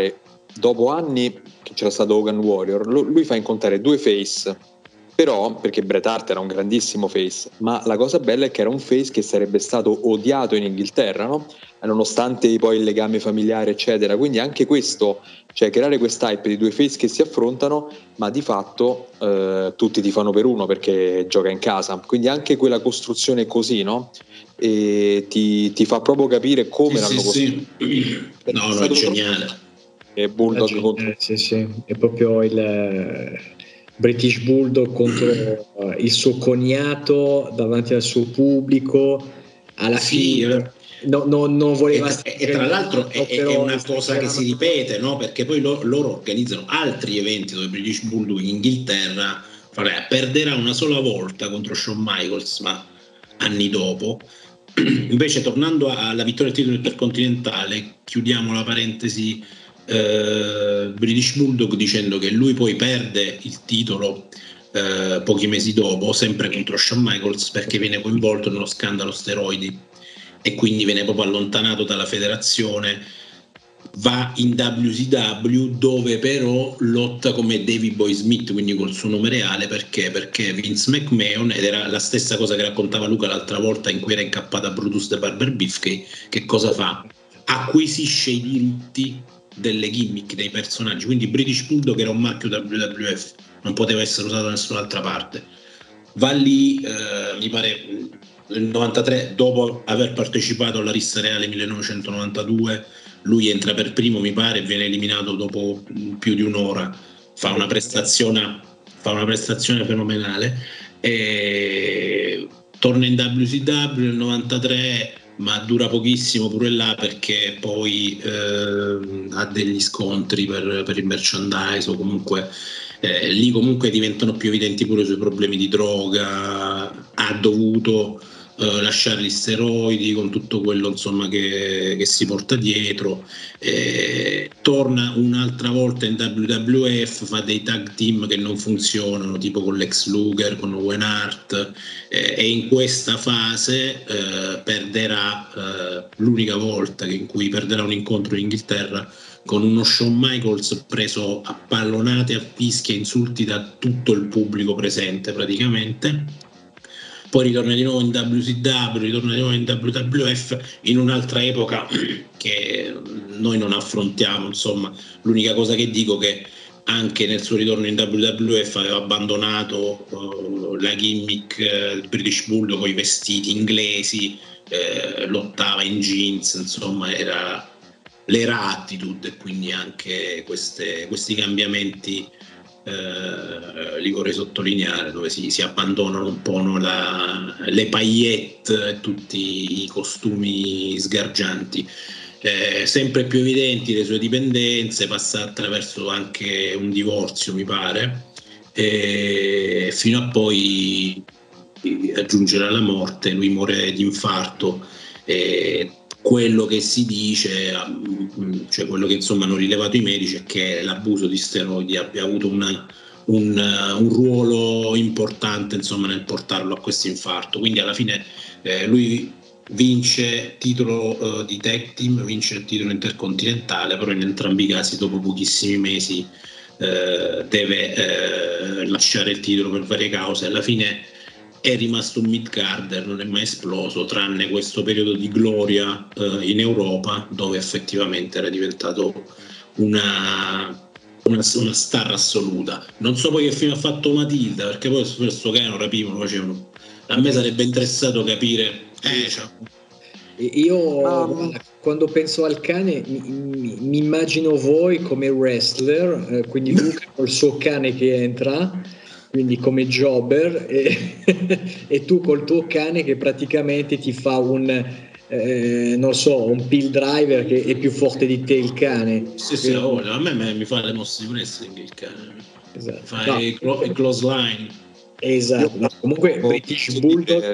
dopo anni che c'era stato Hogan Warrior, lui fa incontrare due face, però perché Bret Hart era un grandissimo face, ma la cosa bella è che era un face che sarebbe stato odiato in Inghilterra, no? Nonostante poi il legame familiare eccetera, quindi anche questo, cioè creare quest'hype di due face che si affrontano, ma di fatto eh, tutti ti fanno per uno perché gioca in casa, quindi anche quella costruzione così, no? E ti, ti fa proprio capire come sì, l'hanno sì, costruito. sì. No, no, è geniale. E Bulldog ah, contro... eh, sì, sì. È proprio il eh, British Bulldog contro uh, il suo cognato davanti al suo pubblico, alla sì, fine no, no, non voleva e, e tra l'altro è, è una cosa che si ripete, no? Perché poi lo, loro organizzano altri eventi dove British Bulldog in Inghilterra vabbè, perderà una sola volta contro Shawn Michaels, ma anni dopo. Invece tornando alla vittoria del titolo intercontinentale, chiudiamo la parentesi eh, British Bulldog dicendo che lui poi perde il titolo eh, pochi mesi dopo, sempre contro Shawn Michaels, perché viene coinvolto nello scandalo steroidi e quindi viene proprio allontanato dalla federazione, va in W C W dove però lotta come Davey Boy Smith, quindi col suo nome reale. Perché? Perché Vince McMahon, ed era la stessa cosa che raccontava Luca l'altra volta in cui era incappata Brutus the Barber Beefcake, che cosa fa? Acquisisce i diritti delle gimmick dei personaggi, quindi British Bulldog era un marchio W W F, non poteva essere usato da nessun'altra parte. Va lì, eh, mi pare nel novantatré, dopo aver partecipato alla rissa reale millenovecentonovantadue, lui entra per primo, mi pare, e viene eliminato dopo più di un'ora. Fa una prestazione, fa una prestazione fenomenale e torna in W C W nel novantatré, ma dura pochissimo pure là perché poi eh, ha degli scontri per, per il merchandise o comunque eh, lì comunque diventano più evidenti pure i suoi problemi di droga, ha dovuto eh, lasciare gli steroidi con tutto quello insomma che, che si porta dietro, eh, torna un'altra volta in W W F, fa dei tag team che non funzionano tipo con Lex Luger, con Owen Hart, eh, e in questa fase eh, perderà eh, l'unica volta che in cui perderà un incontro in Inghilterra con uno Shawn Michaels preso a pallonate, a fischi e insulti da tutto il pubblico presente praticamente. Poi ritorna di nuovo in W C W, ritorna di nuovo in W W F in un'altra epoca che noi non affrontiamo, insomma. L'unica cosa che dico è che anche nel suo ritorno in W W F aveva abbandonato uh, la gimmick uh, British Bulldog con i vestiti inglesi, eh, lottava in jeans, insomma era l'era attitude, e quindi anche queste, questi cambiamenti eh, li vorrei sottolineare, dove si, si abbandonano un po', no, la, le paillette e tutti i costumi sgargianti. Eh, sempre più evidenti le sue dipendenze, passa attraverso anche un divorzio mi pare, e fino a poi raggiungere la morte. Lui muore di infarto, e quello che si dice, cioè quello che insomma hanno rilevato i medici, è che l'abuso di steroidi abbia avuto una, un, un ruolo importante insomma nel portarlo a questo infarto. Quindi alla fine eh, lui vince titolo uh, di tag team, vince il titolo intercontinentale, però in entrambi i casi dopo pochissimi mesi eh, deve eh, lasciare il titolo per varie cause. Alla fine è rimasto un mid-carder, non è mai esploso, tranne questo periodo di gloria eh, in Europa, dove effettivamente era diventato una, una, una star assoluta. Non so poi che fine ha fatto Matilda, perché poi questo cane lo rapivano, lo facevano. A me sarebbe interessato capire. Eh, cioè. Io um, quando penso al cane mi, mi, mi immagino voi come wrestler, eh, quindi Luca col suo cane che entra, quindi come jobber, e, e tu col tuo cane che praticamente ti fa un eh, non so, un pill driver che è più forte di te il cane. Sì, sì, oh, a me, me mi fa le mosse di wrestling il cane. Esatto. Fa No. i, clo- i close line. Esatto. No, comunque oh, British Bulldog.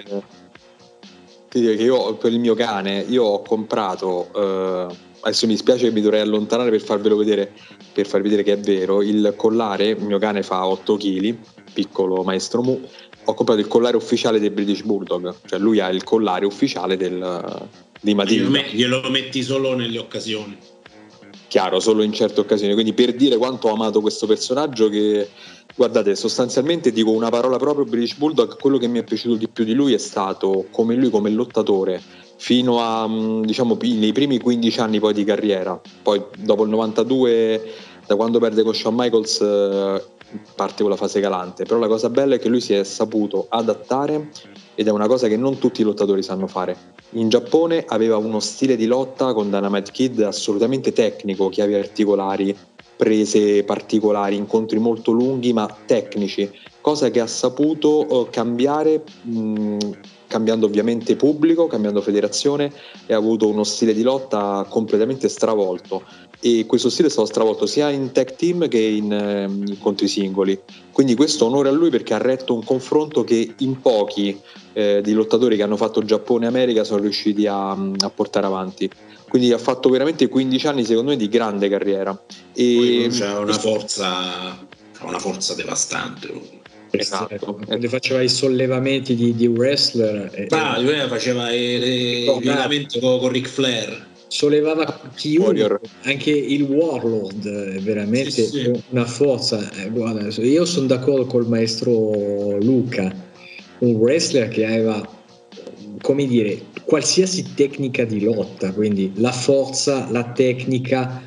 Ti dico che io per il mio cane io ho comprato eh, adesso mi spiace che mi dovrei allontanare per farvelo vedere, per farvi vedere che è vero, il collare. Il mio cane fa otto chili, piccolo maestro Mu. Ho comprato il collare ufficiale del British Bulldog, cioè lui ha il collare ufficiale del, di Matilda. Glielo metti solo nelle occasioni. chiaro, solo in certe occasioni, quindi per dire quanto ho amato questo personaggio, che guardate, sostanzialmente dico una parola proprio, British Bulldog, quello che mi è piaciuto di più di lui è stato come lui come lottatore fino a, diciamo, nei primi quindici anni poi di carriera, poi dopo il novantadue, da quando perde con Shawn Michaels, parte con la fase calante, però la cosa bella è che lui si è saputo adattare, ed è una cosa che non tutti i lottatori sanno fare. In Giappone aveva uno stile di lotta con Dynamite Kid assolutamente tecnico, chiavi articolari, prese particolari, incontri molto lunghi ma tecnici, cosa che ha saputo cambiare, mh, cambiando ovviamente pubblico, cambiando federazione, e ha avuto uno stile di lotta completamente stravolto, e questo stile è stato stravolto sia in tag team che in eh, incontri singoli, quindi questo onore a lui, perché ha retto un confronto che in pochi eh, di lottatori che hanno fatto Giappone e America sono riusciti a, a portare avanti. Quindi ha fatto veramente quindici anni secondo me di grande carriera, e c'ha una forza una forza devastante. Esatto. Quando faceva i sollevamenti di, di wrestler, ah, lui faceva i legamenti con, con Ric Flair, sollevava chiunque, anche il Warlord, veramente sì, sì. Una forza. Eh, guarda, io sono d'accordo col maestro Luca, un wrestler che aveva, come dire, qualsiasi tecnica di lotta, quindi la forza, la tecnica.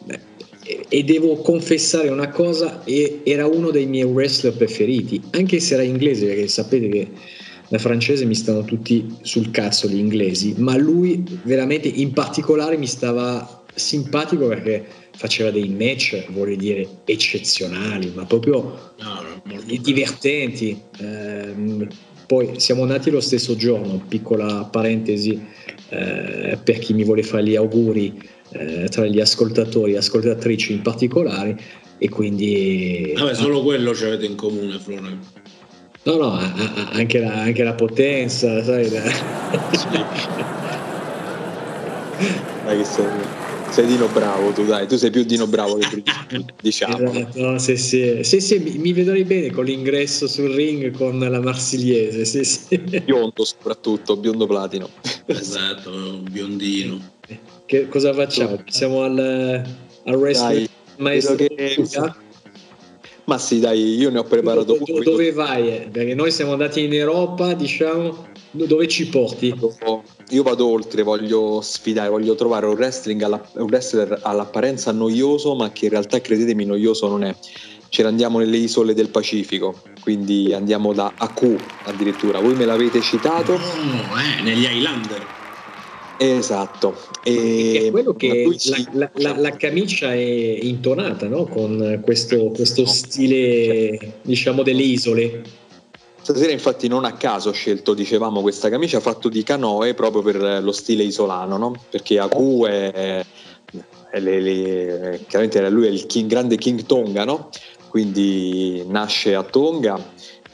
E devo confessare una cosa, era uno dei miei wrestler preferiti, anche se era inglese, perché sapete che da francese mi stanno tutti sul cazzo gli inglesi, ma lui veramente in particolare mi stava simpatico perché faceva dei match, voglio dire, eccezionali, ma proprio no, divertenti. Eh, poi siamo nati lo stesso giorno, piccola parentesi eh, per chi mi vuole fare gli auguri, eh, tra gli ascoltatori e ascoltatrici in particolare, e quindi vabbè, solo quello ci avete in comune, Flora. No, no, anche la, anche la potenza, sai. Dai, che sei, sei Dino Bravo, tu dai, tu sei più Dino Bravo che British, diciamo. Esatto, no, sì, sì, sì, sì, mi, mi vedrei bene con l'ingresso sul ring con la Marsigliese, sì, sì. Biondo soprattutto, biondo platino. Esatto, biondino. Che cosa facciamo? Passiamo al, al wrestling, maestro che... Ma sì, dai, io ne ho preparato uno. Dove, dove vai? Perché noi siamo andati in Europa, diciamo, dove ci porti? Io vado oltre, voglio sfidare, voglio trovare un wrestling alla, un wrestler all'apparenza noioso, ma che in realtà, credetemi, noioso non è. Ce ne andiamo nelle isole del Pacifico, quindi andiamo da Aku addirittura. Voi me l'avete citato? Oh, eh, negli Highlander. Esatto, e è quello che la, la, la, la camicia è intonata, no? Con questo, questo stile, diciamo, delle isole. Stasera infatti non a caso ho scelto, dicevamo, questa camicia fatto di canoe proprio per lo stile isolano, no? Perché Aku è, è le, le, chiaramente lui è il king, grande King Tonga, no? Quindi nasce a Tonga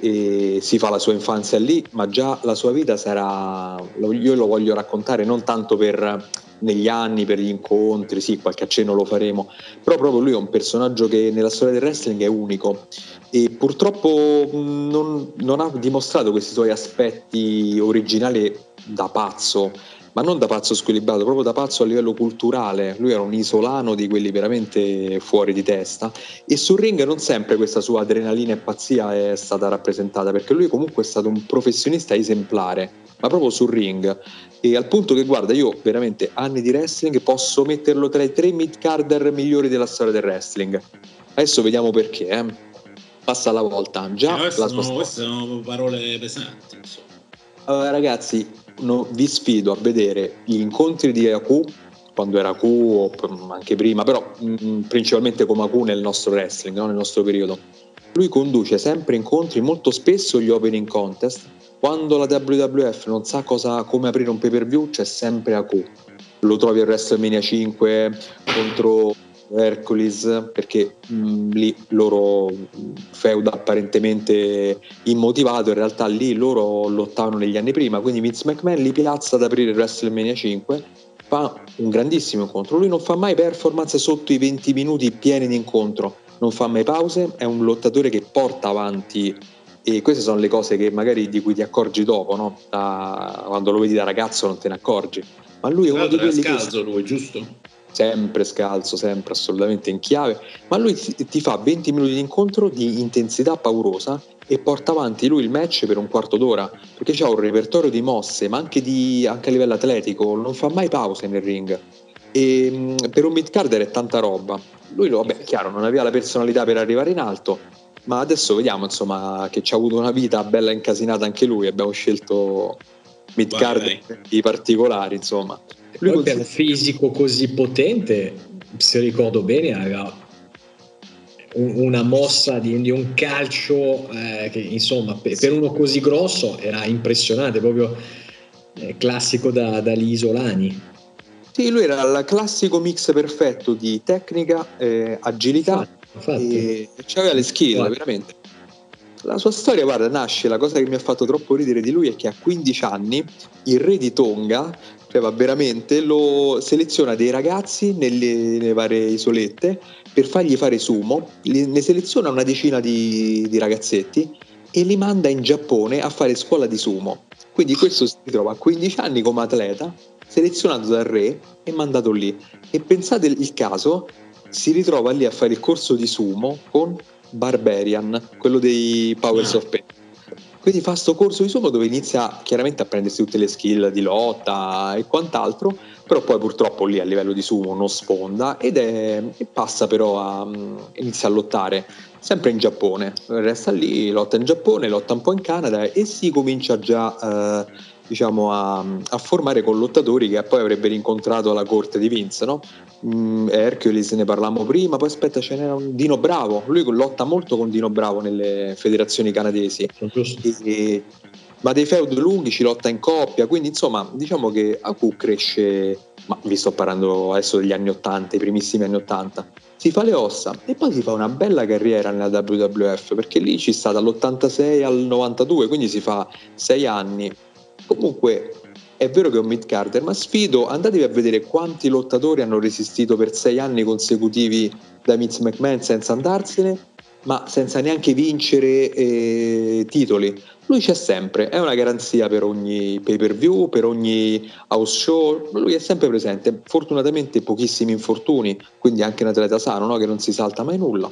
e si fa la sua infanzia lì, ma già la sua vita sarà, io lo voglio raccontare non tanto per negli anni, per gli incontri, sì, qualche accenno lo faremo, però proprio lui è un personaggio che nella storia del wrestling è unico, e purtroppo non, non ha dimostrato questi suoi aspetti originali da pazzo, ma non da pazzo squilibrato, proprio da pazzo a livello culturale. Lui era un isolano di quelli veramente fuori di testa, e sul ring non sempre questa sua adrenalina e pazzia è stata rappresentata, perché lui comunque è stato un professionista esemplare, ma proprio sul ring, e al punto che, guarda, io veramente anni di wrestling posso metterlo tra i tre mid-carder migliori della storia del wrestling. Adesso vediamo perché, eh. Passa la volta. Già, eh, la sono, sua queste sono parole pesanti, insomma. Allora, ragazzi, no, vi sfido a vedere gli incontri di Aku quando era Aku, o anche prima, però mh, principalmente come Aku nel nostro wrestling, no? Nel nostro periodo. Lui conduce sempre incontri, molto spesso gli opening contest. Quando la W W F non sa cosa, come aprire un pay per view, c'è sempre Aku. Lo trovi a WrestleMania cinque contro Hercules, perché mh, lì loro feud apparentemente immotivato, in realtà lì loro lottavano negli anni prima, quindi Vince McMahon li piazza ad aprire WrestleMania cinque, fa un grandissimo incontro. Lui non fa mai performance sotto i venti minuti pieni di incontro, non fa mai pause, è un lottatore che porta avanti, e queste sono le cose che magari di cui ti accorgi dopo, no? Da, quando lo vedi da ragazzo non te ne accorgi, ma lui è uno di quelli scalzo, lui, giusto? sempre scalzo, sempre assolutamente in chiave, ma lui ti, ti fa venti minuti di incontro di intensità paurosa e porta avanti lui il match per un quarto d'ora, perché c'ha un repertorio di mosse, ma anche, di, anche a livello atletico, non fa mai pause nel ring. E mh, per un mid-carder è tanta roba. Lui, lo, vabbè, chiaro, non aveva la personalità per arrivare in alto, ma adesso vediamo, insomma, che ci ha avuto una vita bella incasinata anche lui. Abbiamo scelto mid-carder di particolari, insomma. Lui poi per un fisico così potente, se ricordo bene, aveva una mossa di, di un calcio eh, che insomma per, per uno così grosso era impressionante, proprio eh, classico da, dagli isolani. Sì, lui era il classico mix perfetto di tecnica, eh, agilità, infatti, e c'aveva le skill, guarda. Veramente. La sua storia, guarda, nasce, la cosa che mi ha fatto troppo ridere di lui è che a quindici anni il re di Tonga, cioè va veramente, lo seleziona dei ragazzi nelle, nelle varie isolette per fargli fare sumo, ne seleziona una decina di, di ragazzetti e li manda in Giappone a fare scuola di sumo. Quindi questo si ritrova a quindici anni come atleta, selezionato dal re e mandato lì. E pensate il caso, si ritrova lì a fare il corso di sumo con Barbarian, quello dei Powers of Pain. Quindi fa sto corso di sumo dove inizia chiaramente a prendersi tutte le skill di lotta e quant'altro, però poi purtroppo lì a livello di sumo non sfonda ed è, e passa però a inizia a lottare sempre in Giappone, resta lì, lotta in Giappone, lotta un po' in Canada e si comincia già eh, diciamo a, a formare con lottatori che poi avrebbero incontrato alla corte di Vince, no? Mm, Hercules ne parlavamo prima, poi aspetta ce n'era un Dino Bravo, lui lotta molto con Dino Bravo nelle federazioni canadesi e, ma dei feud lunghi, ci lotta in coppia, quindi insomma diciamo che Haku cresce, ma vi sto parlando adesso degli anni ottanta, i primissimi anni ottanta, si fa le ossa e poi si fa una bella carriera nella W W F, perché lì ci sta dall'ottantasei al novantadue, quindi si fa sei anni. Comunque è vero che è un mid-carder, ma sfido, andatevi a vedere quanti lottatori hanno resistito per sei anni consecutivi da Vince McMahon senza andarsene, ma senza neanche vincere eh, titoli. Lui c'è sempre, è una garanzia per ogni pay per view, per ogni house show, lui è sempre presente. Fortunatamente pochissimi infortuni, quindi anche un atleta sano, no? Che non si salta mai nulla.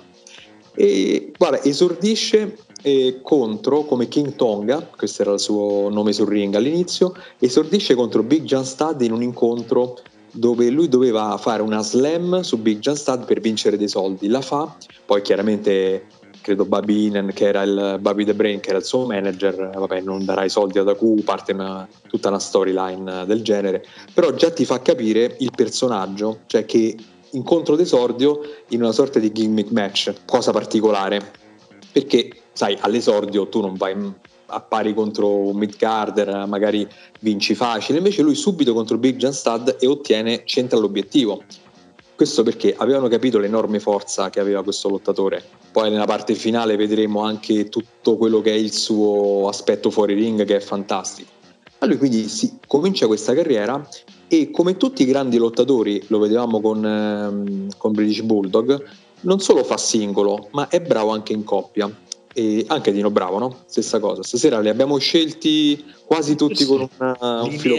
E guarda, esordisce eh, contro, come King Tonga, questo era il suo nome sul ring all'inizio, esordisce contro Big John Studd in un incontro dove lui doveva fare una slam su Big John Studd per vincere dei soldi, la fa, poi chiaramente credo Bobby Heenan, che era il Bobby the Brain, che era il suo manager, vabbè, non darà i soldi ad Haku, parte una, tutta una storyline del genere, però già ti fa capire il personaggio, cioè che incontro d'esordio in una sorta di gimmick match, cosa particolare, perché sai, all'esordio tu non vai a pari contro un mid-carder, magari vinci facile, invece lui subito contro Big John Studd e ottiene, centra l'obiettivo. Questo perché avevano capito l'enorme forza che aveva questo lottatore. Poi nella parte finale vedremo anche tutto quello che è il suo aspetto fuori ring, che è fantastico. A lui quindi si comincia questa carriera e, come tutti i grandi lottatori, lo vedevamo con, ehm, con British Bulldog, non solo fa singolo, ma è bravo anche in coppia. E anche Dino Bravo, no? Stessa cosa. Stasera li abbiamo scelti quasi tutti con una, un filo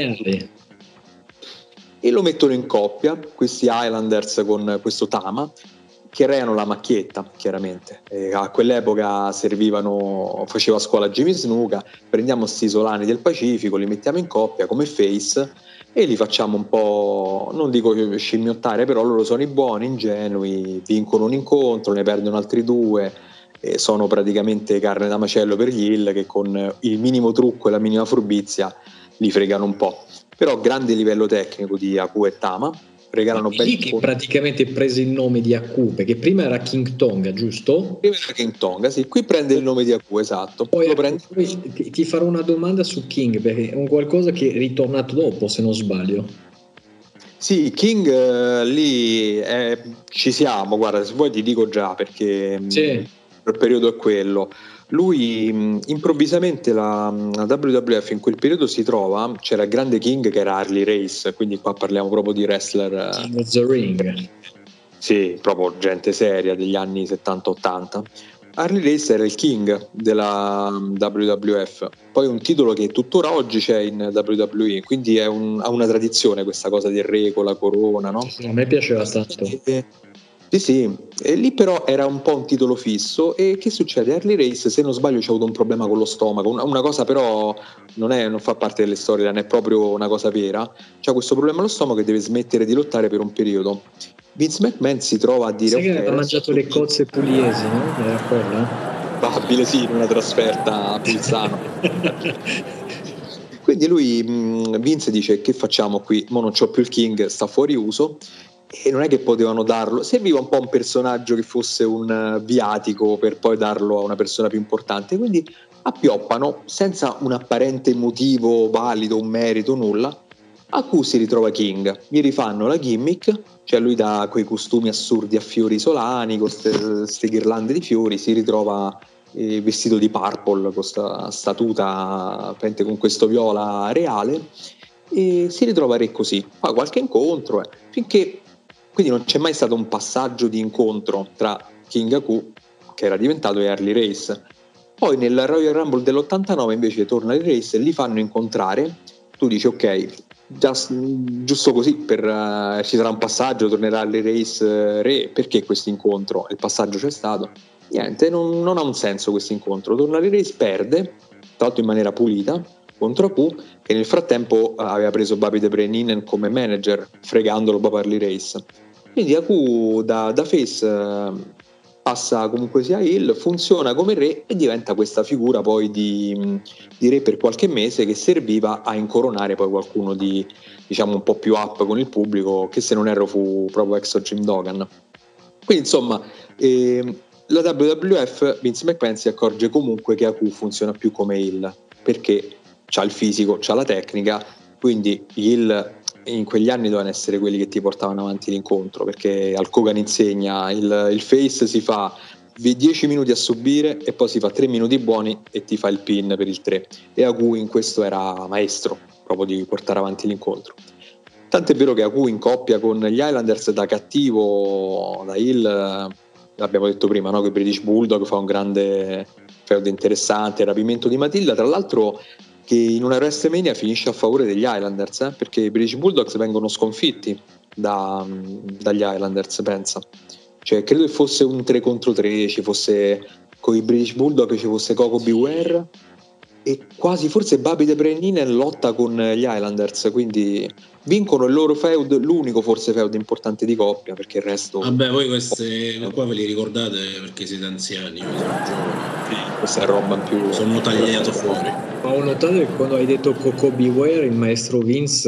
e lo mettono in coppia, questi Highlanders con questo Tama, che creano la macchietta, chiaramente. E a quell'epoca servivano, faceva scuola Jimmy Snuka, prendiamo sti isolani del Pacifico, li mettiamo in coppia come face e li facciamo un po', non dico scimmiottare, però loro sono i buoni, ingenui, vincono un incontro, ne perdono altri due, e sono praticamente carne da macello per gli Hill, che con il minimo trucco e la minima furbizia li fregano un po'. Però grande livello tecnico di Haku e Tama, regalano ben lì che praticamente prese il nome di Haku, perché prima era King Tonga, giusto? Prima era King Tonga, sì, qui prende il nome di Haku, esatto. Poi, lo prende... poi ti, ti farò una domanda su King, perché è un qualcosa che è ritornato dopo, se non sbaglio. Sì, King uh, lì eh, ci siamo, guarda, se vuoi ti dico già, perché sì. mh, il periodo è quello. Lui mh, improvvisamente la, la W W F in quel periodo si trova, c'era il grande King che era Harley Race, quindi qua parliamo proprio di wrestler King of the Ring. Sì, proprio gente seria degli anni settanta ottanta. Harley Race era il king della W W F, poi un titolo che tuttora oggi c'è in W W E, quindi è un, ha una tradizione questa cosa del re con la corona, no? A me piaceva tanto. E, sì, sì, e lì però era un po' un titolo fisso. E che succede? Harley Race, se non sbaglio, c'ha avuto un problema con lo stomaco, una, una cosa però non, è, non fa parte delle storie, non è proprio una cosa vera. C'ha questo problema allo stomaco e deve smettere di lottare per un periodo. Vince McMahon si trova a dire: sai che ok, aveva mangiato le cozze pugliesi, no? Era quella? probabile sì, in una trasferta a Pulsano. Quindi lui, mh, Vince dice: che facciamo qui? Mo non c'ho più il King, sta fuori uso. E non è che potevano darlo, serviva un po' un personaggio che fosse un uh, viatico per poi darlo a una persona più importante, quindi appioppano senza un apparente motivo valido, un merito, nulla. A cui si ritrova King, gli rifanno la gimmick, cioè lui da quei costumi assurdi a fiori solani, con queste ghirlande di fiori, si ritrova eh, vestito di purple, con questa statuta, con questo viola reale, e si ritrova re così, fa qualche incontro, eh, finché quindi non c'è mai stato un passaggio di incontro tra King Haku, che era diventato, e Harley Race. Poi nel Royal Rumble dell'ottantanove invece torna Harley Race e li fanno incontrare. Tu dici ok, just, giusto così per, uh, ci sarà un passaggio, tornerà Harley Race uh, re, perché questo incontro? Il passaggio c'è stato. Niente, non, non ha un senso questo incontro. Torna Harley Race, perde, tra l'altro in maniera pulita, contro Haku, che nel frattempo uh, aveva preso Bobby The Brain Heenan come manager, fregandolo proprio Harley Race. Quindi Haku da, da face uh, passa comunque sia heel, funziona come re e diventa questa figura poi di, di re per qualche mese, che serviva a incoronare poi qualcuno di, diciamo, un po' più up con il pubblico, che se non erro fu proprio ex Jim Duggan. Quindi insomma eh, la W W F, Vince McMahon si accorge comunque che Haku funziona più come heel, perché c'ha il fisico, c'ha la tecnica, quindi gli heel in quegli anni dovevano essere quelli che ti portavano avanti l'incontro, perché al Kogan insegna il, il face si fa dieci minuti a subire e poi si fa tre minuti buoni e ti fa il pin per il tre, e Haku in questo era maestro proprio di portare avanti l'incontro. Tant'è vero che Haku in coppia con gli Highlanders da cattivo, da heel, l'abbiamo detto prima, no? Che British Bulldog fa un grande feud interessante, il rapimento di Matilda, tra l'altro che in una WrestleMania finisce a favore degli Highlanders, eh? Perché i British Bulldogs vengono sconfitti da, dagli Highlanders, pensa. Cioè credo che fosse un tre contro tre, ci fosse con i British Bulldog, ci fosse Coco Beware e quasi forse Bobby The Brain Heenan lotta con gli Highlanders, quindi vincono il loro feud, l'unico forse feud importante di coppia, perché il resto... Vabbè, voi queste qua ve li ricordate perché siete anziani, io sono giovane. Questa è roba più... Sono tagliato fuori. Ho notato che quando hai detto Coco Beware, il maestro Vince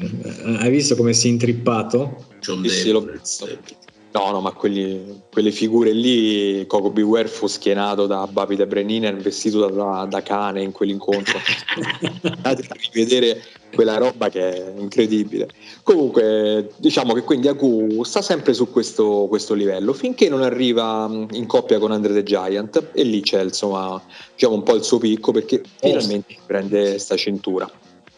eh, hai visto come si è intrippato? John sì, sì, l'ho visto. No, no, ma quelli, quelle figure lì, Coco Beware fu schienato da Bobby The Brain Heenan vestito da, da cane in quell'incontro. Andate a rivedere quella roba che è incredibile. Comunque, diciamo che quindi Haku sta sempre su questo, questo livello finché non arriva in coppia con Andre the Giant, e lì c'è insomma, diciamo, un po' il suo picco, perché finalmente si prende sta cintura.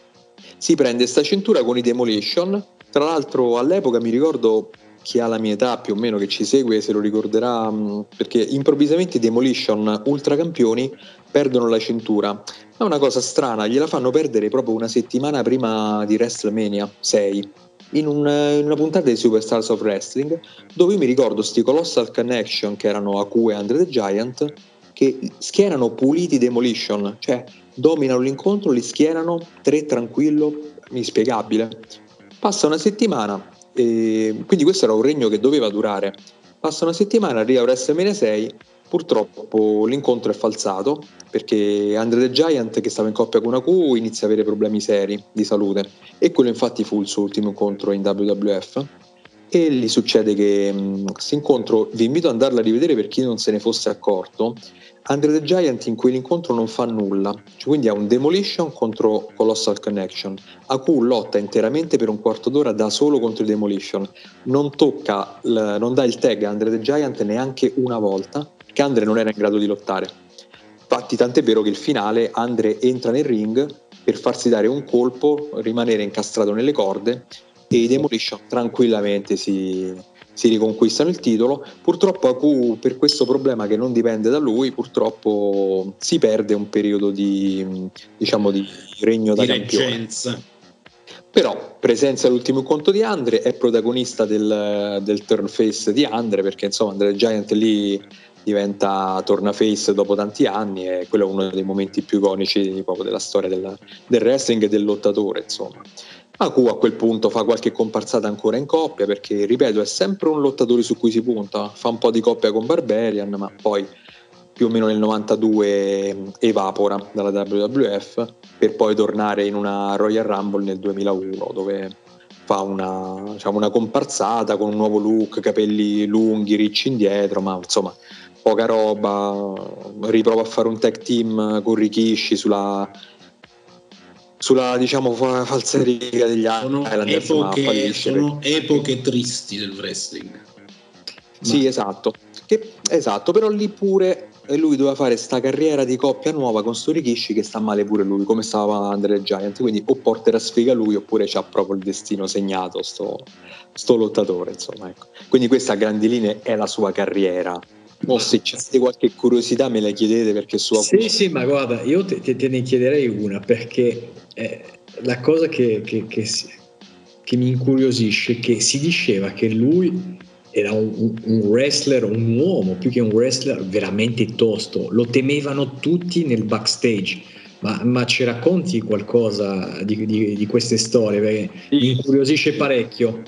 Si prende sta cintura con i Demolition. Tra l'altro all'epoca mi ricordo, chi ha la mia età più o meno che ci segue se lo ricorderà, perché improvvisamente i Demolition ultra campioni perdono la cintura. È una cosa strana, gliela fanno perdere proprio una settimana prima di WrestleMania sei, in, un, in una puntata di Superstars of Wrestling, dove io mi ricordo sti Colossal Connection, che erano Haku e Andre the Giant, che schierano puliti Demolition, cioè dominano l'incontro, li schierano, tre tranquillo, inspiegabile. Passa una settimana, e quindi questo era un regno che doveva durare. Passa una settimana, arriva a WrestleMania sei, purtroppo l'incontro è falsato perché Andre the Giant, che stava in coppia con Haku, inizia a avere problemi seri di salute, e quello infatti fu il suo ultimo incontro in W W F. E gli succede che questo incontro, vi invito ad andarla a rivedere per chi non se ne fosse accorto, Andre the Giant in quell'incontro non fa nulla, cioè, quindi ha un Demolition contro Colossal Connection. Haku lotta interamente per un quarto d'ora da solo contro i Demolition, non tocca, l- non dà il tag a Andre the Giant neanche una volta, perché Andre non era in grado di lottare. Infatti tant'è vero che il finale Andre entra nel ring per farsi dare un colpo, rimanere incastrato nelle corde, e i Demolition tranquillamente si, si riconquistano il titolo. Purtroppo Haku, per questo problema che non dipende da lui, purtroppo si perde un periodo di, diciamo, di regno da di campione. reggenza. Però presenza l'ultimo incontro di Andre, è protagonista del, del turn face di Andre, perché insomma Andre the Giant lì diventa torna face dopo tanti anni, e quello è uno dei momenti più iconici proprio della storia del, del wrestling e del lottatore, insomma. Haku a quel punto fa qualche comparsata ancora in coppia, perché ripeto è sempre un lottatore su cui si punta, fa un po' di coppia con Barbarian, ma poi più o meno nel novantadue evapora dalla W W F per poi tornare in una Royal Rumble nel duemilauno, dove fa una, diciamo, una comparsata con un nuovo look, capelli lunghi, ricci indietro, ma insomma poca roba. Riprova a fare un tag team con Rikishi sulla sulla diciamo fa- falsariga degli Sono Islanders, ma epoche, fallisce sono perché- epoche tristi del wrestling. Sì, Ma- esatto. Che, esatto, però lì pure eh, lui doveva fare sta carriera di coppia nuova con sto Rikishi, che sta male pure lui, come stava Andre the Giant, quindi o porterà sfiga lui oppure c'ha proprio il destino segnato sto, sto lottatore, insomma, ecco. Quindi questa a grandi linee è la sua carriera. O se c'è qualche curiosità me la chiedete, perché su Sì, sì, ma guarda, io te, te- te ne chiederei una, perché eh, la cosa che, che- che si- che mi incuriosisce è che si diceva che lui era un, un- un wrestler, un uomo, più che un wrestler, veramente tosto, lo temevano tutti nel backstage. Ma, ma ci racconti qualcosa di, di- di queste storie? Perché mi incuriosisce parecchio.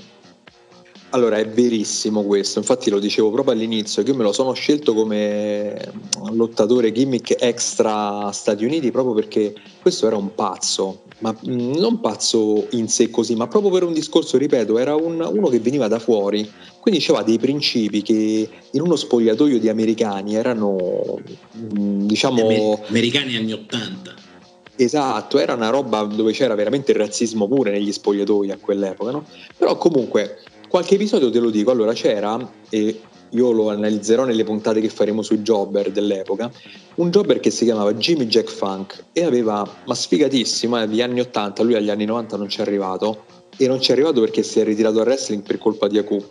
Allora, è verissimo questo, infatti lo dicevo proprio all'inizio, che io me lo sono scelto come lottatore gimmick extra Stati Uniti proprio perché questo era un pazzo, ma mh, non pazzo in sé così, ma proprio per un discorso, ripeto, era un- uno che veniva da fuori, quindi aveva dei principi che in uno spogliatoio di americani erano, mh, diciamo... Amer- americani anni ottanta. Esatto, era una roba dove c'era veramente il razzismo pure negli spogliatoi a quell'epoca, no? Però comunque qualche episodio te lo dico, allora c'era, e io lo analizzerò nelle puntate che faremo sui jobber dell'epoca, un jobber che si chiamava Jimmy Jack Funk e aveva, ma sfigatissimo, eh, degli anni ottanta, lui agli anni novanta non ci è arrivato, e non ci è arrivato perché si è ritirato dal wrestling per colpa di Haku.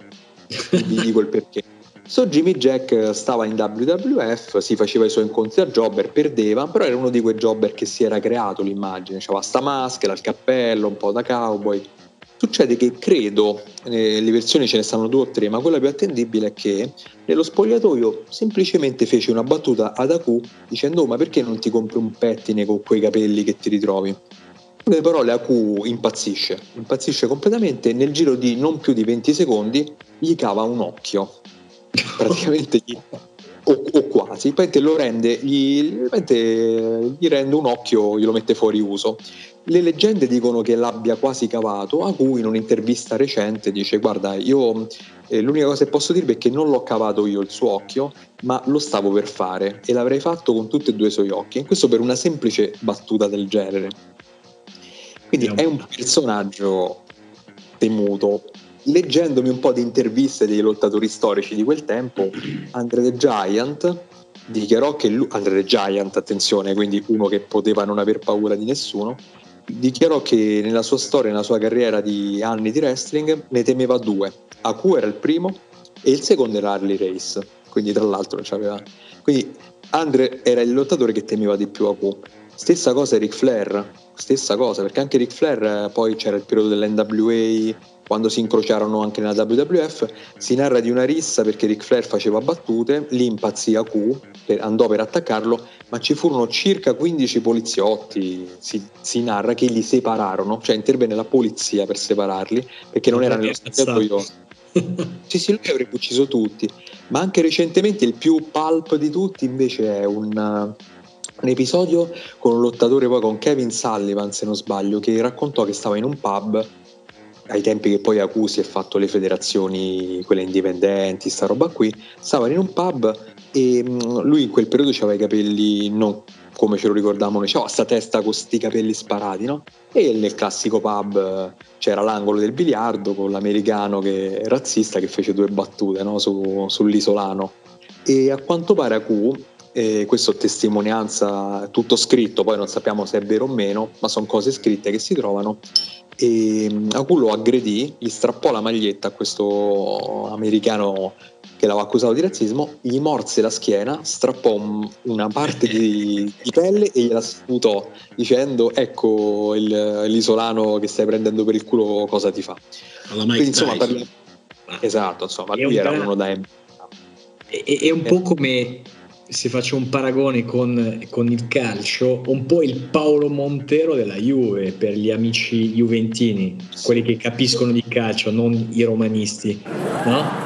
Vi dico il perché. So Jimmy Jack stava in W W F, si faceva i suoi incontri a jobber, perdeva, però era uno di quei jobber che si era creato l'immagine, c'aveva sta maschera, il cappello, un po' da cowboy. Succede che credo, eh, le versioni ce ne stanno due o tre, ma quella più attendibile è che nello spogliatoio semplicemente fece una battuta ad Haku dicendo: "Oh, ma perché non ti compri un pettine con quei capelli che ti ritrovi?" Le parole Haku impazzisce, impazzisce completamente e nel giro di non più di venti secondi gli cava un occhio. Praticamente gli, o, o quasi, poi te lo rende, gli, te, gli rende un occhio, glielo mette fuori uso. Le leggende dicono che l'abbia quasi cavato, a cui in un'intervista recente dice: "Guarda, io eh, l'unica cosa che posso dirvi è che non l'ho cavato io il suo occhio, ma lo stavo per fare e l'avrei fatto con tutti e due i suoi occhi", e questo per una semplice battuta del genere. Quindi è un personaggio temuto. Leggendomi un po' di interviste dei lottatori storici di quel tempo, Andre the Giant dichiarò che lui, Andre the Giant, attenzione, quindi uno che poteva non aver paura di nessuno, dichiarò che nella sua storia, nella sua carriera di anni di wrestling, ne temeva due. Haku era il primo e il secondo era Harley Race, quindi tra l'altro non c'aveva. Quindi Andre era il lottatore che temeva di più Haku. Stessa cosa Ric Flair, stessa cosa, perché anche Ric Flair, eh, poi c'era il periodo dell'N W A, quando si incrociarono anche nella W W F, si narra di una rissa perché Ric Flair faceva battute, lì impazzì Haku, andò per attaccarlo, ma ci furono circa quindici poliziotti, si, si narra che li separarono, cioè intervenne la polizia per separarli, perché non era nello spogliatoio. Sì, sì, lui avrebbe ucciso tutti, ma anche recentemente il più pulp di tutti invece è un... un episodio con un lottatore, poi con Kevin Sullivan se non sbaglio, che raccontò che stava in un pub ai tempi che poi Haku si è fatto le federazioni, quelle indipendenti, sta roba qui, stavano in un pub e lui in quel periodo aveva i capelli non come ce lo ricordavamo noi, c'aveva sta testa con sti capelli sparati, no? E nel classico pub c'era l'angolo del biliardo con l'americano che razzista che fece due battute, no? Su, sull'isolano, e a quanto pare Haku, e questo testimonianza tutto scritto, poi non sappiamo se è vero o meno, ma sono cose scritte che si trovano, e Aku lo aggredì, gli strappò la maglietta a questo americano che l'aveva accusato di razzismo, gli morse la schiena, strappò un, una parte di, di pelle e gliela sputò dicendo ecco il, l'isolano che stai prendendo per il culo cosa ti fa. Alla Quindi insomma Tyson. parli... esatto, insomma È lui un era gra- uno da M. È, è un po' come, se faccio un paragone con, con il calcio, un po' il Paolo Montero della Juve per gli amici juventini, quelli che capiscono di calcio, non i romanisti, no?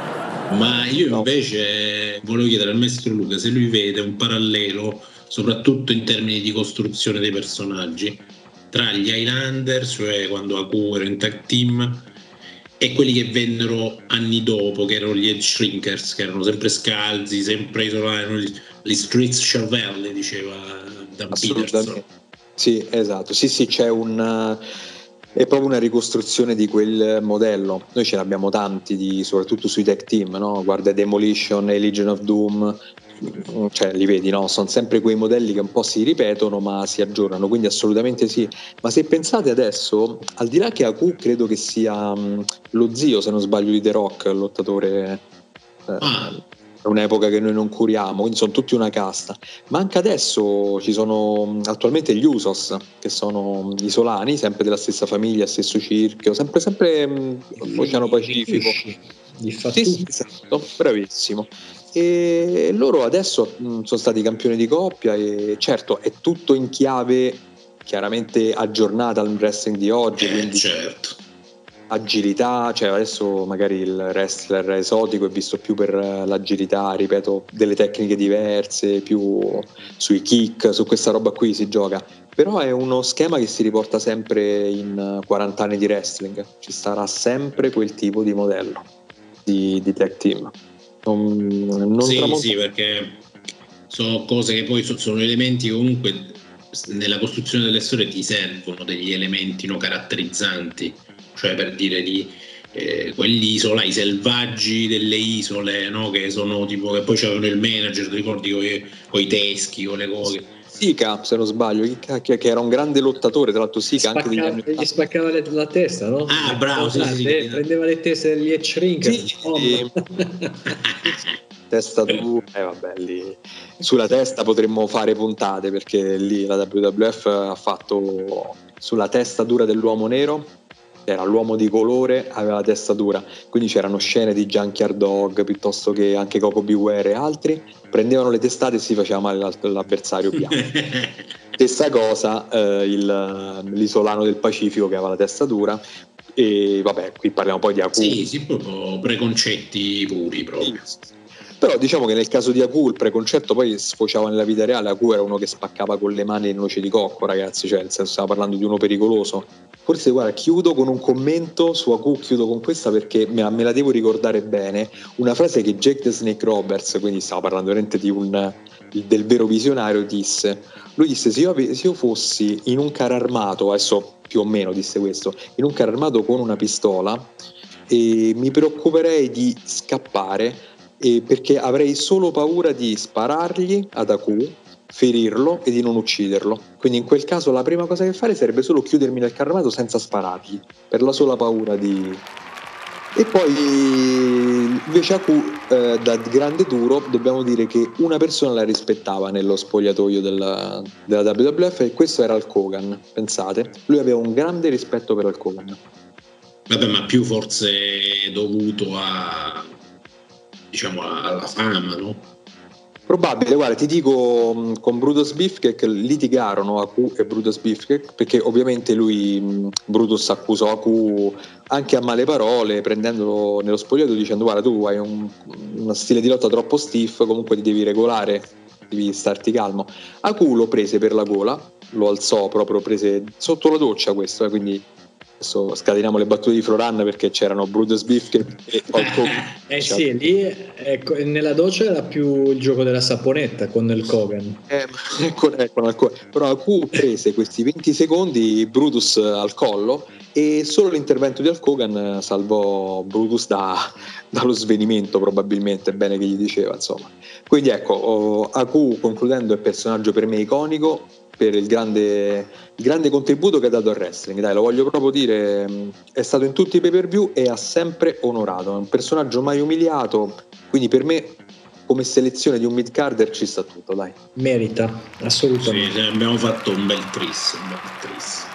Ma io No. invece volevo chiedere al maestro Luca se lui vede un parallelo, soprattutto in termini di costruzione dei personaggi, tra gli Highlanders, cioè quando Aku era in tag team, e quelli che vennero anni dopo, che erano gli Edge Shrinkers, che erano sempre scalzi, sempre isolati, erano gli, gli Street Shovelle, diceva Dan Peterson. Assolutamente. Sì, esatto. Sì, sì, c'è un... è proprio una ricostruzione di quel modello. Noi ce ne abbiamo tanti, di, soprattutto sui tech team, no? Guarda Demolition e Legion of Doom, cioè li vedi, no? Sono sempre quei modelli che un po' si ripetono ma si aggiornano, quindi assolutamente sì. Ma se pensate adesso, al di là che Aku credo che sia um, lo zio, se non sbaglio, di The Rock, il lottatore... Eh, Ah. È un'epoca che noi non curiamo, quindi sono tutti una casta. Ma anche adesso ci sono attualmente gli Usos, che sono isolani, sempre della stessa famiglia, stesso circhio, sempre, sempre mh, Oceano Pacifico. Li fa Sì, sì, tutti. esatto, bravissimo. E loro adesso mh, sono stati campioni di coppia e certo è tutto in chiave chiaramente aggiornata al wrestling di oggi, Eh, quindi certo. agilità, cioè adesso magari il wrestler esotico è visto più per l'agilità, ripeto, delle tecniche diverse, più sui kick, su questa roba qui si gioca, però è uno schema che si riporta sempre in quaranta anni di wrestling, ci sarà sempre quel tipo di modello di, di tag team. Non, non Sì, tramonta... sì, perché sono cose che poi so, sono elementi che comunque nella costruzione delle storie ti servono degli elementi no, caratterizzanti, cioè per dire di eh, quell'isola, i selvaggi delle isole, no, che sono tipo che poi c'avevano il manager, ti ricordi con i teschi, con le cose. Sika, se non sbaglio, che, che era un grande lottatore, tra l'altro Sika anche degli anni Gli spaccava le, la testa, no? Ah, bravo, sì, sì, sì, eh, prendeva le teste degli Edge Shrinkers. Sì, sì. Testa dura, eh, vabbè, lì sulla testa potremmo fare puntate perché lì la W W F ha fatto sulla testa dura dell'uomo nero, era l'uomo di colore, aveva la testa dura, quindi c'erano scene di Junkyard Dog piuttosto che anche Coco Beware e altri, prendevano le testate e si faceva male l'avversario bianco. Stessa cosa eh, il, l'isolano del Pacifico che aveva la testa dura. E vabbè, qui parliamo poi di Aku. Sì, sì, proprio preconcetti puri proprio. Sì. Però diciamo che nel caso di Aku il preconcetto poi sfociava nella vita reale. Aku era uno che spaccava con le mani le noci di cocco, ragazzi, cioè nel senso stiamo parlando di uno pericoloso. Forse guarda, chiudo con un commento su Aku, chiudo con questa perché me la, me la devo ricordare bene, una frase che Jake the Snake Roberts, quindi stiamo parlando veramente di un, del vero visionario, disse. Lui disse se io, se io fossi in un carro armato, adesso più o meno disse questo, in un carro armato con una pistola, e mi preoccuperei di scappare e perché avrei solo paura di sparargli ad Aku, ferirlo e di non ucciderlo. Quindi in quel caso la prima cosa che fare sarebbe solo chiudermi nel carro armato senza sparargli, per la sola paura di... E poi invece Aku, eh, da grande duro, dobbiamo dire che una persona la rispettava nello spogliatoio della, della W W F e questo era Hulk Hogan, pensate. Lui aveva un grande rispetto per Hulk Hogan. Vabbè, ma più forse dovuto a, diciamo, alla fama, no? Probabile, guarda, ti dico con Brutus Beefcake litigarono Aku e Brutus Beefcake perché ovviamente lui, Brutus accusò Aku anche a male parole, prendendolo nello spogliatoio dicendo guarda tu hai un, uno stile di lotta troppo stiff, comunque ti devi regolare, devi starti calmo. Aku lo prese per la gola, lo alzò proprio, prese sotto la doccia questo, eh, quindi adesso scateniamo le battute di Floran perché c'erano Brutus Beefcake e Hulk Hogan. Eh sì, lì ecco, nella doccia era più il gioco della saponetta con il Hogan. Eh, ecco, ecco, però Aku prese questi venti secondi Brutus al collo e solo l'intervento di Hulk Hogan salvò Brutus da, dallo svenimento, probabilmente, è bene che gli diceva, insomma. Quindi ecco, oh, Aku, concludendo, è personaggio per me iconico, per il grande, il grande contributo che ha dato al wrestling. Dai, lo voglio proprio dire, è stato in tutti i pay-per-view e ha sempre onorato, è un personaggio mai umiliato, quindi per me come selezione di un mid-carder ci sta tutto, dai. Merita, assolutamente. Sì, abbiamo fatto un bel tris, un bel tris.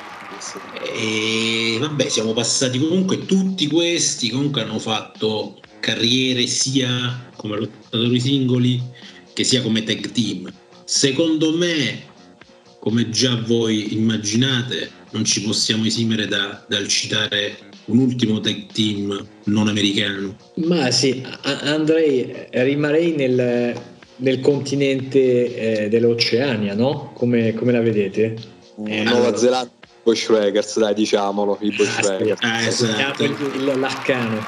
E vabbè, siamo passati comunque, tutti questi comunque hanno fatto carriere sia come lottatori singoli che sia come tag team. Secondo me, come già voi immaginate, non ci possiamo esimere da, dal citare un ultimo tag team non americano. Ma sì, andrei, rimarrei nel, nel continente eh, dell'Oceania, no? Come, come la vedete? Eh, Nuova allora. Zelanda, i Bushwhackers, dai, diciamolo, i Bushwhackers. Ah, esatto. Il, l'arcano.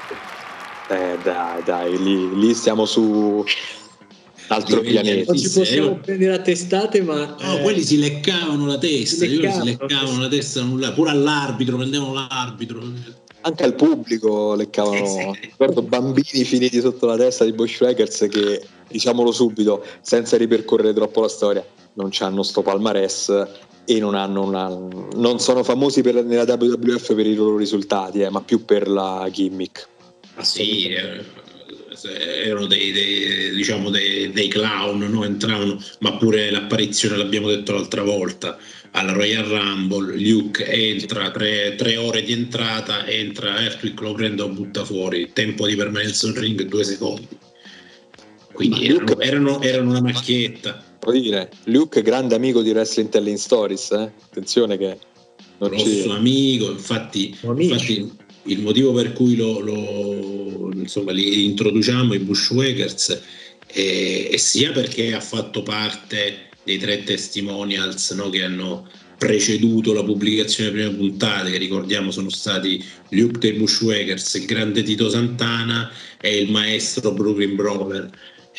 Eh dai, dai, lì, lì stiamo su altro pianeta. Non ci possiamo prendere a testate, ma no, eh, quelli si leccavano la testa, si leccavano, si leccavano la testa, pure all'arbitro, prendevano l'arbitro. Anche al pubblico leccavano. Ricordo bambini finiti sotto la testa di Bushwhackers che, diciamolo subito, senza ripercorrere troppo la storia, non c'hanno sto palmarès e non hanno una, non sono famosi per, nella W W F per i loro risultati, eh, ma più per la gimmick. Ah, sì, eh, erano dei, dei diciamo dei, dei clown, no? Entravano, ma pure l'apparizione, l'abbiamo detto l'altra volta, alla Royal Rumble, Luke entra, tre, tre ore di entrata, entra Earthquake, lo prende o butta fuori, tempo di permanenza in ring due secondi, quindi erano, erano, erano una macchietta. Può dire, Luke grande amico di Wrestling Telling Stories, eh? Attenzione che non grosso ci... amico, infatti, infatti il motivo per cui lo, lo insomma li introduciamo i Bushwhackers è, è sia perché ha fatto parte dei tre testimonials, no, che hanno preceduto la pubblicazione delle prime puntate, che ricordiamo sono stati Luke dei Bushwhackers, il grande Tito Santana e il maestro Brooklyn Brawler.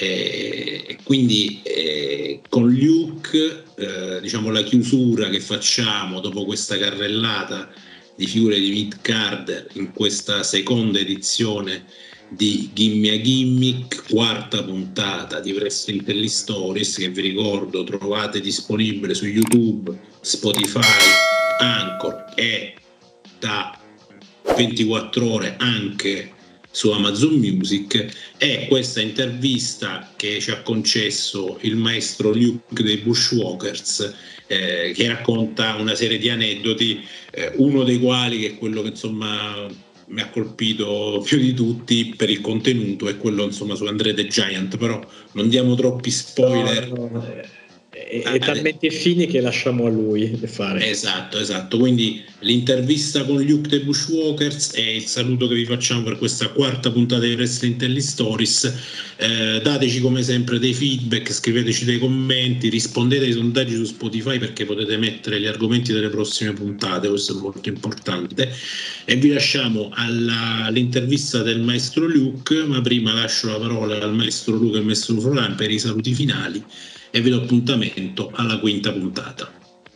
E quindi eh, con Luke eh, diciamo la chiusura che facciamo dopo questa carrellata di figure di mid-carder in questa seconda edizione di Gimme a Gimmick, quarta puntata di Wrestling Telling Stories, che vi ricordo trovate disponibile su YouTube, Spotify, Anchor e da ventiquattro ore anche su Amazon Music. E questa intervista che ci ha concesso il maestro Luke dei Bushwhackers, eh, che racconta una serie di aneddoti, eh, uno dei quali, che è quello che insomma mi ha colpito più di tutti per il contenuto, è quello insomma su Andre the Giant, però non diamo troppi spoiler. No, no, è, è talmente fine che lasciamo a lui fare. Esatto, esatto. Quindi l'intervista con Luke dei Bushwhackers e il saluto che vi facciamo per questa quarta puntata di Wrestling Telling Stories. Eh, dateci come sempre dei feedback, scriveteci dei commenti, rispondete ai sondaggi su Spotify, perché potete mettere gli argomenti delle prossime puntate, questo è molto importante. E vi lasciamo alla, all'intervista del maestro Luke, ma prima lascio la parola al maestro Luke e al maestro Frolan per i saluti finali e vi do appuntamento alla quinta puntata.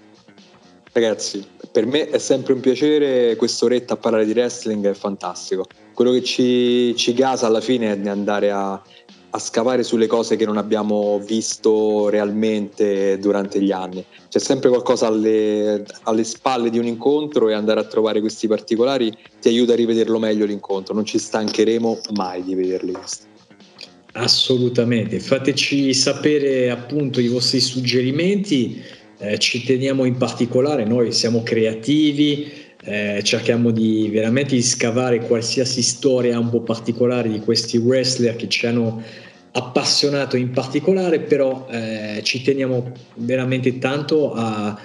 Ragazzi, per me è sempre un piacere, quest'oretta a parlare di wrestling è fantastico. Quello che ci, ci gasa alla fine è di andare a, a scavare sulle cose che non abbiamo visto realmente durante gli anni. C'è sempre qualcosa alle, alle spalle di un incontro, e andare a trovare questi particolari ti aiuta a rivederlo meglio l'incontro. Non ci stancheremo mai di vederli questi. Assolutamente, fateci sapere appunto i vostri suggerimenti, eh, ci teniamo in particolare, noi siamo creativi, eh, cerchiamo di veramente di scavare qualsiasi storia un po' particolare di questi wrestler che ci hanno appassionato in particolare, però eh, ci teniamo veramente tanto a,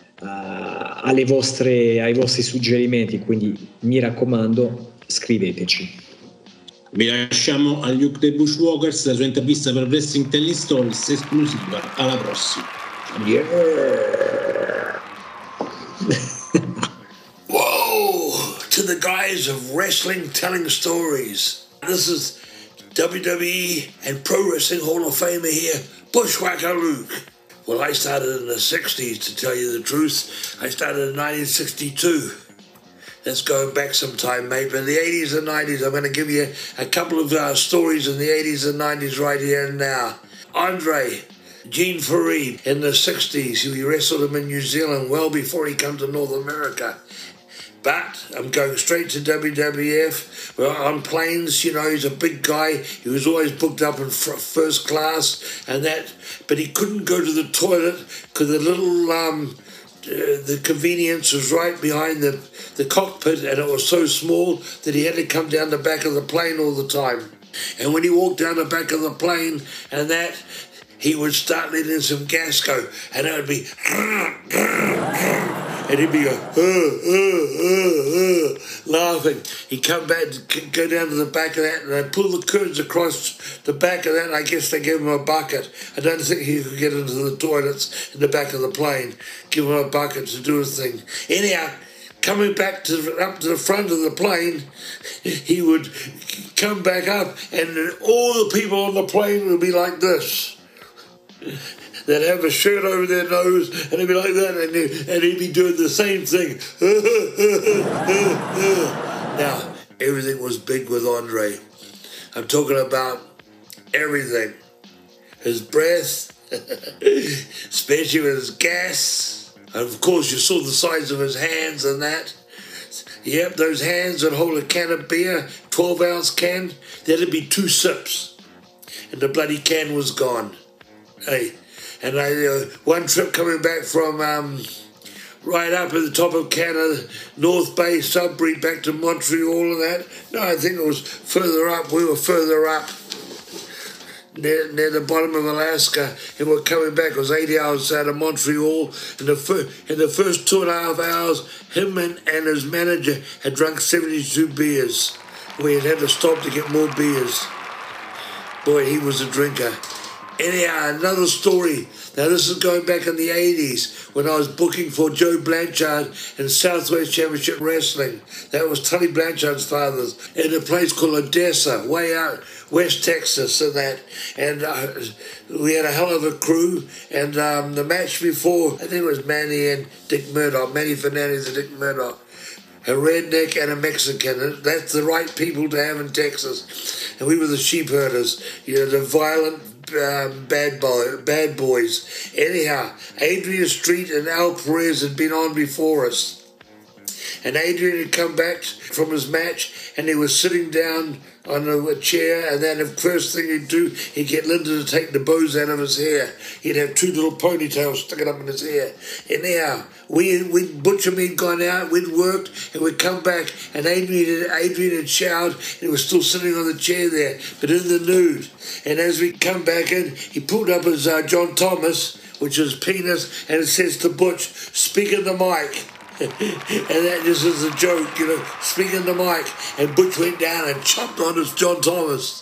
a, alle vostre, ai vostri suggerimenti, quindi mi raccomando scriveteci. Vi lasciamo a Luke dei Bushwhackers, la sua intervista per Wrestling Telling Stories esclusiva. Alla prossima. Yeah. Whoa, to the guys of Wrestling Telling Stories. This is W W E and Pro Wrestling Hall of Famer here, Bushwhacker Luke. Well, I started in the sixties, to tell you the truth. I started in nineteen sixty-two. That's going back some time, mate. But in the eighties and nineties, I'm going to give you a couple of uh, stories in the eighties and nineties right here and now. Andre, Gene Ferree in the sixties. We wrestled him in New Zealand well before he came to North America. But I'm going straight to W W F. Well, on planes, you know, he's a big guy. He was always booked up in first class and that. But he couldn't go to the toilet because the little um, uh, the convenience was right behind the the cockpit, and it was so small that he had to come down the back of the plane all the time. And when he walked down the back of the plane and that, he would start letting some gas go, and it would be. And he'd be going, uh, uh, uh, uh, laughing. He'd come back, go down to the back of that, and they'd pull the curtains across the back of that, and I guess they gave him a bucket. I don't think he could get into the toilets in the back of the plane. Give him a bucket to do a thing. Anyhow, coming back to the, up to the front of the plane, he would come back up, and all the people on the plane would be like this. They'd have a shirt over their nose, and it'd be like that, and he'd, and he'd be doing the same thing. Now, everything was big with Andre. I'm talking about everything. His breath, especially with his gas. And of course, you saw the size of his hands and that. Yep, those hands would hold a can of beer, twelve ounce can. That'd be two sips, and the bloody can was gone. Hey. And I, uh, one trip coming back from um, right up at the top of Canada, North Bay, Sudbury, back to Montreal and that. No, I think it was further up. We were further up, near, near the bottom of Alaska. And we're coming back. It was eighty hours out of Montreal. And the fir- in the first two and a half hours, him and, and his manager had drunk seventy-two beers. We had had to stop to get more beers. Boy, he was a drinker. Anyhow, another story. Now, this is going back in the eighties when I was booking for Joe Blanchard in Southwest Championship Wrestling. That was Tully Blanchard's father's in a place called Odessa, way out West Texas and that. And uh, we had a hell of a crew. And um, the match before, I think it was Manny and Dick Murdoch, Manny Fernandez and Dick Murdoch. A redneck and a Mexican. That's the right people to have in Texas. And we were the sheep herders, you know, the violent um, bad boy, bad boys. Anyhow, Adrian Street and Al Perez had been on before us. And Adrian had come back from his match, and he was sitting down on a chair, and then the first thing he'd do, he'd get Linda to take the bows out of his hair. He'd have two little ponytails sticking up in his hair. Anyhow, we, we'd butcher meat gone out, we'd worked, and we'd come back, and Adrian, Adrian had showered, and he was still sitting on the chair there, but in the nude. And as we come back in, he pulled up his uh, John Thomas, which is penis, and it says to Butch, "Speak in the mic." And that just is a joke, you know, speaking the mic, and Butch went down and chopped on his John Thomas.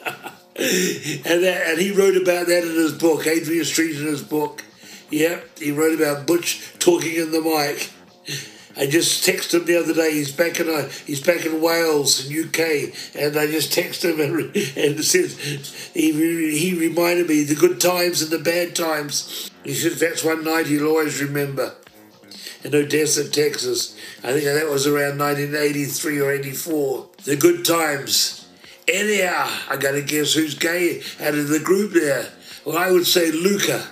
and that, and he wrote about that in his book, Adrian Street in his book. Yep, he wrote about Butch talking in the mic. I just texted him the other day. He's back in a, he's back in Wales, in U K, and I just texted him and, and said he he reminded me the good times and the bad times. He said that's one night he'll always remember. In Odessa, Texas. I think that was around nineteen eighty-three or eighty-four. The good times. Anyhow, I got to guess who's gay out of the group there. Well, I would say Luca.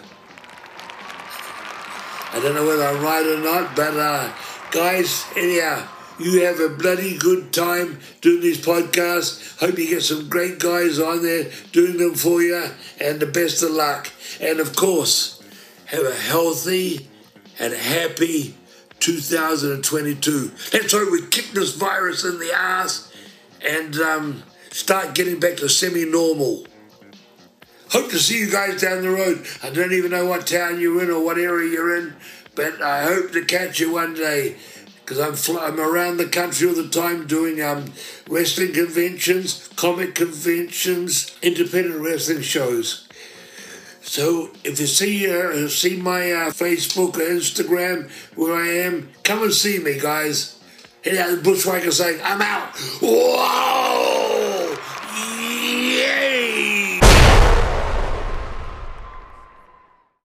I don't know whether I'm right or not, but uh, guys, anyhow, you have a bloody good time doing these podcasts. Hope you get some great guys on there doing them for you, and the best of luck. And of course, have a healthy and happy two thousand twenty-two. Let's hope we kick this virus in the ass and um, start getting back to semi-normal. Hope to see you guys down the road. I don't even know what town you're in or what area you're in, but I hope to catch you one day because I'm, fl- I'm around the country all the time doing um, wrestling conventions, comic conventions, independent wrestling shows. So if you see uh, see my uh, Facebook or Instagram where I am, come and see me, guys. Hey, the Bushwhacker saying, "I'm out." Whoa!